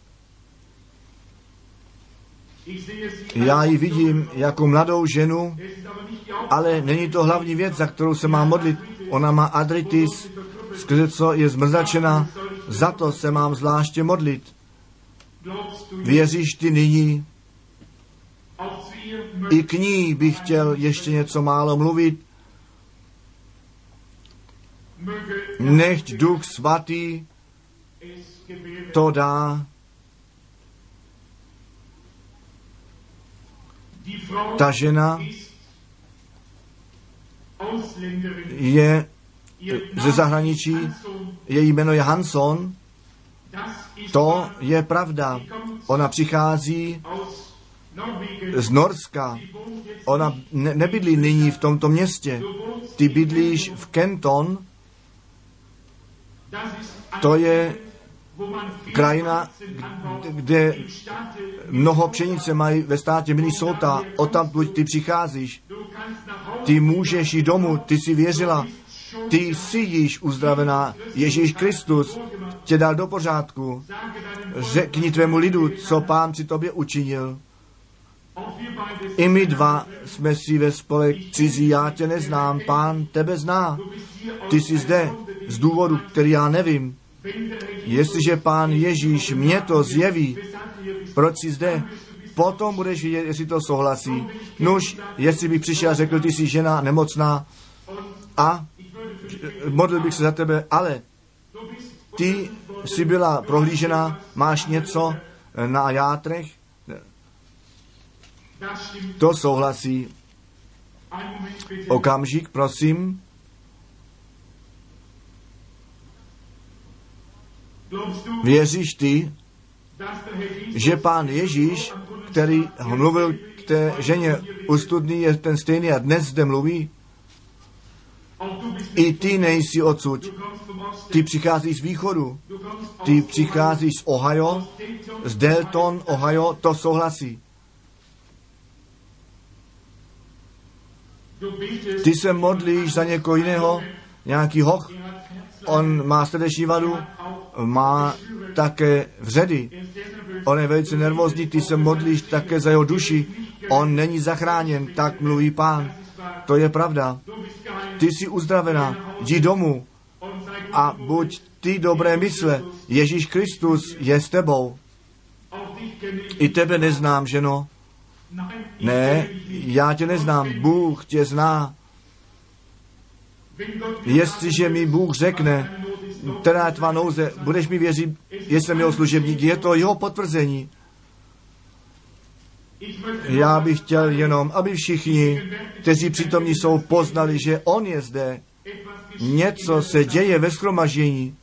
Já ji vidím jako mladou ženu, ale není to hlavní věc, za kterou se má modlit. Ona má artritis, skrze co je zmrzačena, za to se mám zvláště modlit. Věříš ty nyní? I k ní bych chtěl ještě něco málo mluvit. Nechť Duch Svatý to dá. Ta žena je ze zahraničí, její jméno je Hanson. To je pravda. Ona přichází z Norska. Ona ne- nebydlí nyní v tomto městě. Ty bydlíš v Kenton. To je krajina, kde mnoho pšenice mají ve státě Minnesota. Odtamtud ty přicházíš. Ty můžeš jít domů, ty jsi věřila. Ty jsi již uzdravená. Ježíš Kristus tě dal do pořádku. Řekni tvému lidu, co Pán při tobě učinil. I my dva jsme si ve spolek cizí, já tě neznám, Pán tebe zná. Ty jsi zde z důvodu, který já nevím. Jestliže Pán Ježíš mě to zjeví, proč jsi zde, potom budeš vidět, jestli to souhlasí. Nuž, jestli bych přišel a řekl, ty jsi žena nemocná a modlil bych se za tebe, ale ty jsi byla prohlížena, máš něco na játrech, to souhlasí. Okamžik, prosím. Věříš ty, že Pán Ježíš, který mluvil k té ženě u studny, je ten stejný a dnes zde mluví? I ty nejsi odsud. Ty přicházíš z východu. Ty přicházíš z Ohio, z Delton, Ohio, to souhlasí. Ty se modlíš za někoho jiného, nějaký hoch, on má srdeční vadu, má také vředy. On je velice nervózní, ty se modlíš také za jeho duši. On není zachráněn, tak mluví Pán. To je pravda. Ty jsi uzdravená, jdi domů a buď ty dobré mysle. Ježíš Kristus je s tebou. I tebe neznám, ženo. Ne, já tě neznám, Bůh tě zná. Jestliže mi Bůh řekne, která je tvá nouze, budeš mi věřit, jestli jsem jeho služebník, je to jeho potvrzení. Já bych chtěl jenom, aby všichni, kteří přítomní jsou, poznali, že on je zde. Něco se děje ve shromaždění.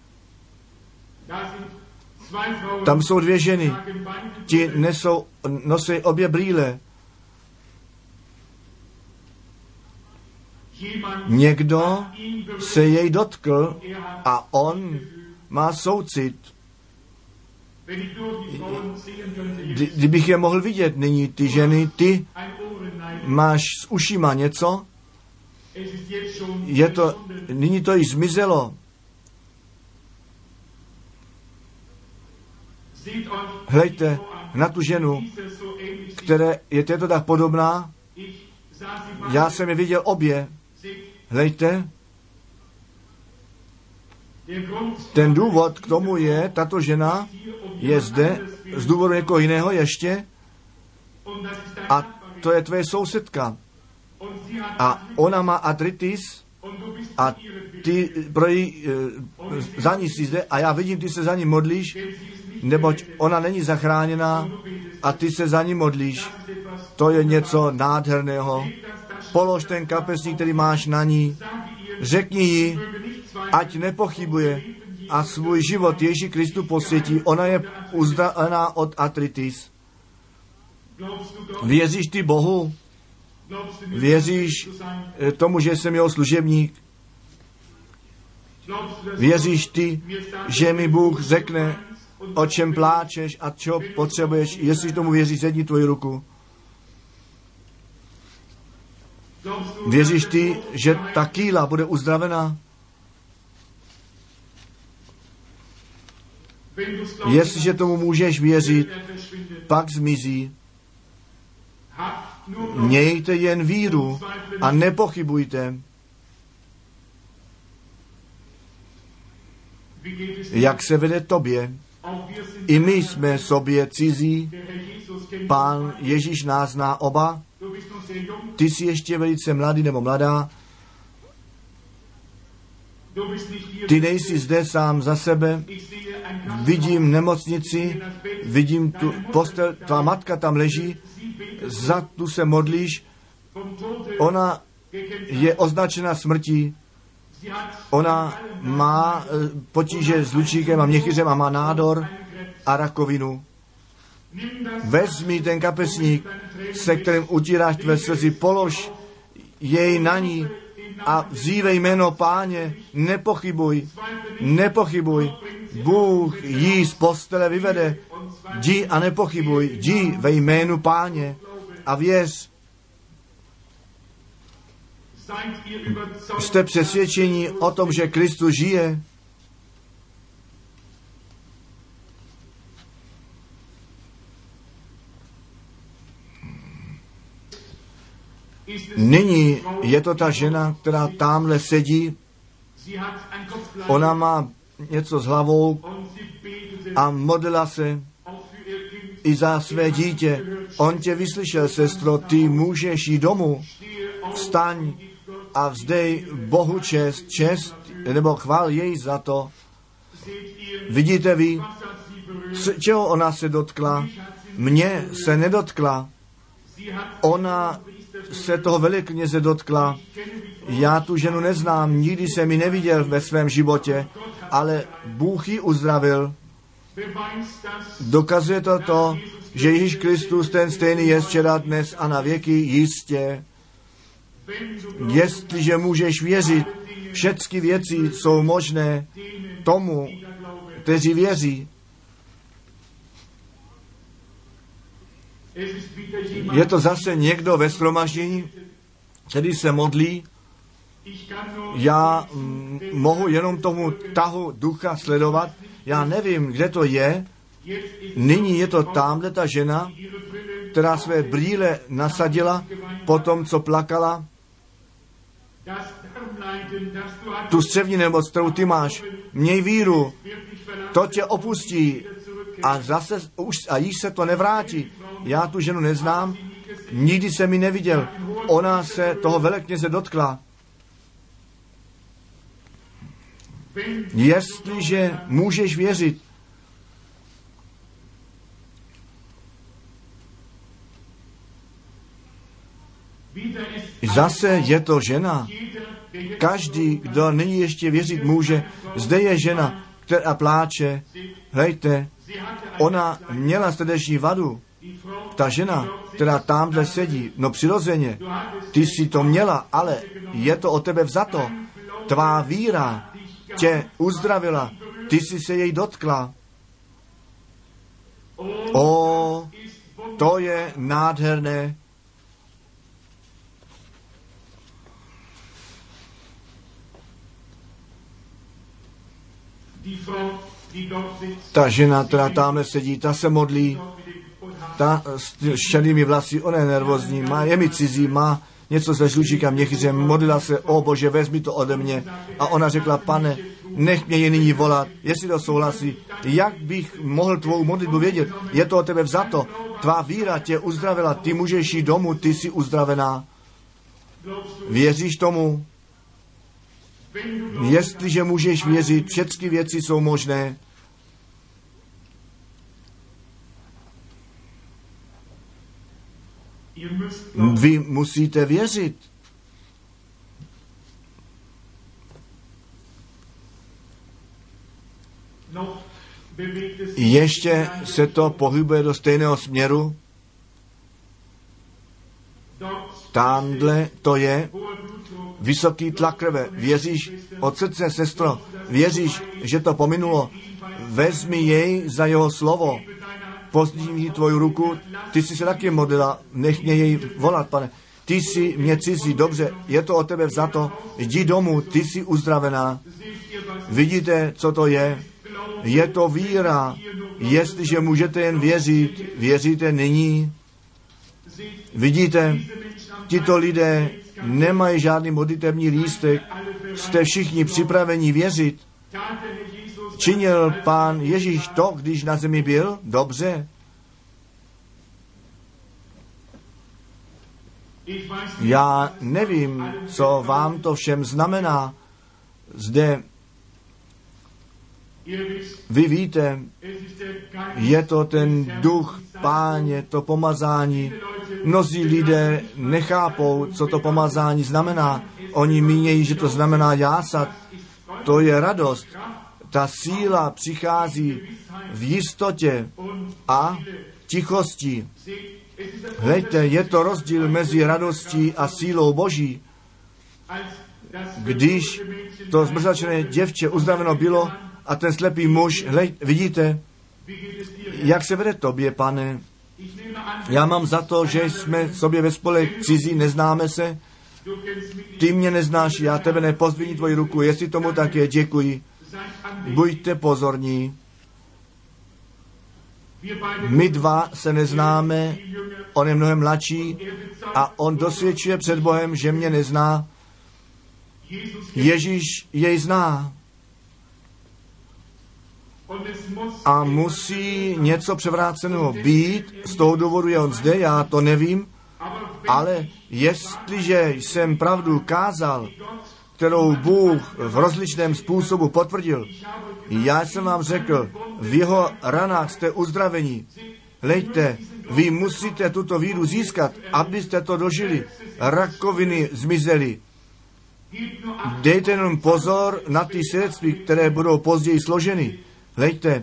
Tam jsou dvě ženy. Ti nesou, nosí obě brýle. Někdo se jej dotkl a on má soucit. Kdybych je mohl vidět nyní, ty ženy, ty máš s ušima něco, je to, nyní to již zmizelo. Hleďte na tu ženu, které je této tak podobná. Já jsem je viděl obě. Hleďte. Ten důvod k tomu je, tato žena je zde z důvodu někoho jiného ještě a to je tvoje sousedka. A ona má artritis a ty pro jí, za ní jsi zde a já vidím, ty se za ní modlíš, neboť ona není zachráněná a ty se za ní modlíš. To je něco nádherného. Polož ten kapesník, který máš na ní, řekni jí, ať nepochybuje, a svůj život Ježíši Kristu posvětí, ona je uzdravená od artritis. Věříš ty Bohu? Věříš tomu, že jsem jeho služebník? Věříš ty, že mi Bůh řekne, o čem pláčeš a co potřebuješ? Jestli tomu věříš, zvedni tvoji ruku. Věříš ty, že ta kýla bude uzdravená? Jestliže tomu můžeš věřit, pak zmizí. Mějte jen víru a nepochybujte. Jak se vede tobě? I my jsme sobě cizí. Pán Ježíš nás zná oba. Ty jsi ještě velice mladý nebo mladá. Ty nejsi zde sám za sebe. Vidím nemocnici, vidím tu postel, tvá matka tam leží, za tu se modlíš. Ona je označena smrtí. Ona má potíže s lučíkem a měchýřem a má nádor a rakovinu. Vezmi ten kapesník, se kterým utíráš tvé slzy, polož jej na ní a vzívej jméno Páně, nepochybuj, nepochybuj. Bůh jí z postele vyvede. Jdi a nepochybuj, jdi ve jménu Páně a věř. Jste přesvědčeni o tom, že Kristus žije? Nyní je to ta žena, která tamhle sedí. Ona má něco s hlavou a modlila se i za své dítě. On tě vyslyšel, sestro, ty můžeš jít domů. Vstaň a vzdej Bohu čest, čest, nebo chvál jej za to. Vidíte vy, čeho ona se dotkla? Mně se nedotkla. Ona se toho velikněze dotkla. Já tu ženu neznám, nikdy jsem ji neviděl ve svém životě, ale Bůh ji uzdravil. Dokazuje to to, že Ježíš Kristus ten stejný je včera, dnes a na věky jistě. Jestliže můžeš věřit, všechny věci jsou možné tomu, kteří věří. Je to zase někdo ve shromaždění, který se modlí. Já m, mohu jenom tomu tahu ducha sledovat. Já nevím, kde to je. Nyní je to tamhle ta žena, která své brýle nasadila po tom, co plakala. Tu střevní nemoc, kterou ty máš, měj víru, to tě opustí a zase už a již se to nevrátí. Já tu ženu neznám, nikdy jsem ji neviděl. Ona se toho velekněze dotkla. Jestliže můžeš věřit, zase je to žena. Každý, kdo nyní ještě věřit může, zde je žena, která pláče. Hejte, ona měla srdeční vadu. Ta žena, která tamhle sedí, no přirozeně, ty jsi to měla, ale je to od tebe vzato. Tvá víra tě uzdravila, ty jsi se jej dotkla. O, to je nádherné. Ta žena, která tamhle sedí, ta se modlí, ta s šedými vlasy, ona je nervózní, má, je mi cizí, má něco se žlučíkem měchýřem, modlila se, o Bože, vezmi to ode mě. A ona řekla, pane, nech mě je nyní volat, jestli to souhlasí. Jak bych mohl tvou modlitbu vědět? Je to od tebe vzato. Tvá víra tě uzdravila, ty můžeš jít domů, ty jsi uzdravená. Věříš tomu? Jestliže můžeš věřit, všechny věci jsou možné. Vy musíte věřit. ještě se to pohybuje do stejného směru. Tamhle to je vysoký tlak krve. Věříš od srdce, sestro, věříš, že to pominulo? Vezmi jej za jeho slovo. Pozdvihni tvoji ruku, ty jsi se taky modlila, nech mě jej volat, pane. Ty jsi mě cizí, dobře, je to od tebe vzato, jdi domů, ty jsi uzdravená. Vidíte, co to je? Je to víra. Jestliže můžete jen věřit, věříte nyní. Vidíte, tito lidé nemají žádný modlitevní lístek. Jste všichni připraveni věřit. Činil Pán Ježíš to, když na zemi byl? Dobře. Já nevím, co vám to všem znamená. Zde vy víte, je to ten duch Páně, to pomazání. Mnozí lidé nechápou, co to pomazání znamená. Oni mínějí, že to znamená jásat. To je radost. Ta síla přichází v jistotě a tichosti. Hleďte, je to rozdíl mezi radostí a sílou Boží. Když to zmrzačené děvče uzdraveno bylo a ten slepý muž, hleď, vidíte, jak se vede tobě, pane? Já mám za to, že jsme sobě ve spolek cizí, neznáme se. Ty mě neznáš, já tebe nepozdvihni tvoji ruku. Jestli tomu tak je, děkuji. Buďte pozorní. My dva se neznáme, on je mnohem mladší a on dosvědčuje před Bohem, že mě nezná. Ježíš jej zná. A musí něco převráceného být, z toho důvodu je on zde, já to nevím, ale jestliže jsem pravdu kázal, kterou Bůh v rozličném způsobu potvrdil, já jsem vám řekl, v jeho ranách jste uzdraveni. Hleďte, vy musíte tuto víru získat, abyste to dožili. Rakoviny zmizely. Dejte jenom pozor na ty svědectví, které budou později složeny. Hleďte,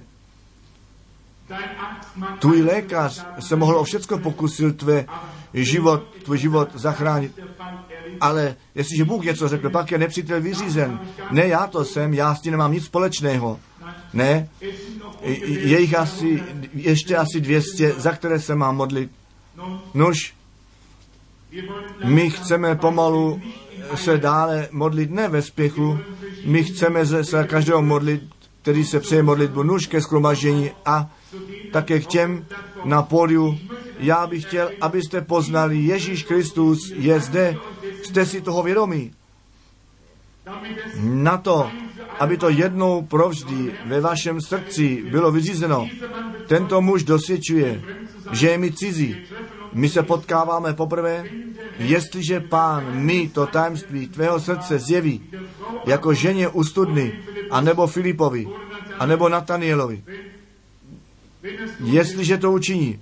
tvůj lékař se mohl o všecko pokusil tvé život, tvůj život zachránit. Ale jestliže Bůh něco řekl, pak je nepřítel vyřízen. Ne, já to jsem, já s tím nemám nic společného. Ne, je jich asi, ještě asi dvě stě, za které se mám modlit. Nož, my chceme pomalu se dále modlit, ne ve spěchu. My chceme se každého modlit, který se přeje modlitbu, nůž ke shromaždění a také k těm na pódiu. Já bych chtěl, abyste poznali, Ježíš Kristus je zde. Jste si toho vědomí? Na to, aby to jednou provždy ve vašem srdci bylo vyřízeno. Tento muž dosvědčuje, že je mi cizí. My se potkáváme poprvé, jestliže Pán mi to tajemství tvého srdce zjeví, jako ženě u studny, anebo Filipovi, anebo Natanielovi. Jestliže to učiní,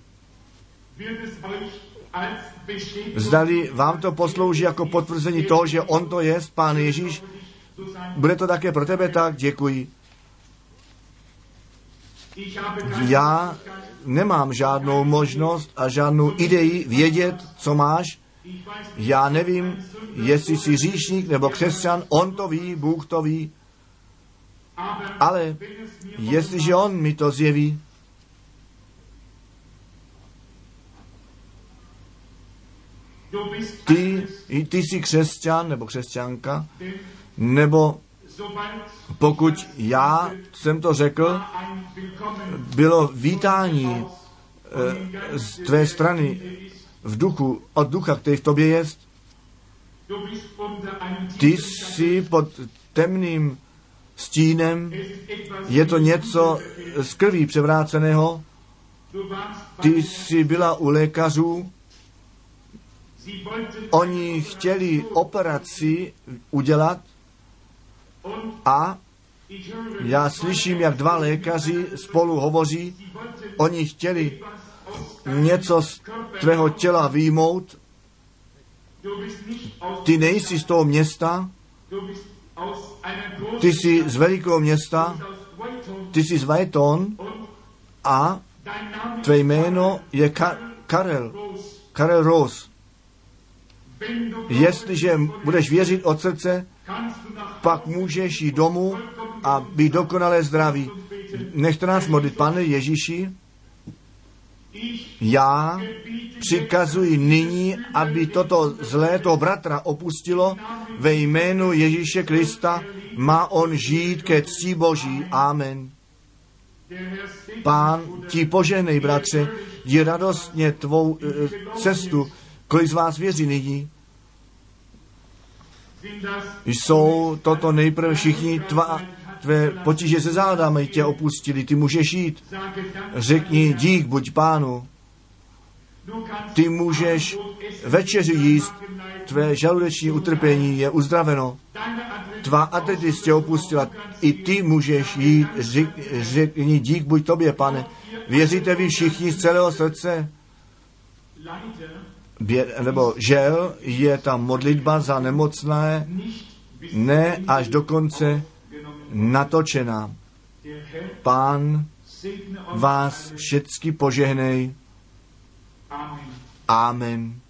zdali vám to poslouží jako potvrzení toho, že on to je, Pán Ježíš, bude to také pro tebe tak? Děkuji. Já nemám žádnou možnost a žádnou idei vědět, co máš. Já nevím, jestli jsi hříšník nebo křesťan, on to ví, Bůh to ví. Ale jestliže on mi to zjeví, ty, ty jsi křesťan nebo křesťanka, nebo pokud já jsem to řekl, bylo vítání e, z tvé strany v duchu, od ducha, který v tobě je. Ty jsi pod temným stínem, je to něco z krví převráceného. Ty jsi byla u lékařů, oni chtěli operaci udělat a já slyším, jak dva lékaři spolu hovoří. Oni chtěli něco z tvého těla vyjmout. Ty nejsi z toho města, ty jsi z velikého města, ty jsi z Vajton A tvé jméno je Ka- Karel, Karel Rose. Jestliže budeš věřit od srdce, pak můžeš jít domů a být dokonale zdravý. Nechte nás modlit, Pane Ježíši, já přikazuji nyní, aby toto zlé toho bratra opustilo ve jménu Ježíše Krista. Má on žít ke cti Boží. Amen. Pán ti požehnej, bratře, jdi radostně tvou e, cestu. Kolik z vás věří nyní? Jsou toto nejprve všichni tva, tvé potíže se zádami tě opustili, ty můžeš jít. Řekni dík buď Pánu. Ty můžeš večeři jíst, tvé žaludeční utrpení je uzdraveno. Tvá artritis tě opustila, i ty můžeš jít. Řek, řekni dík buď tobě, Pane. Věříte vy všichni z celého srdce? Bě, nebo žel je ta modlitba za nemocné ne až do konce natočená. Pán vás všecky požehnej. Amen.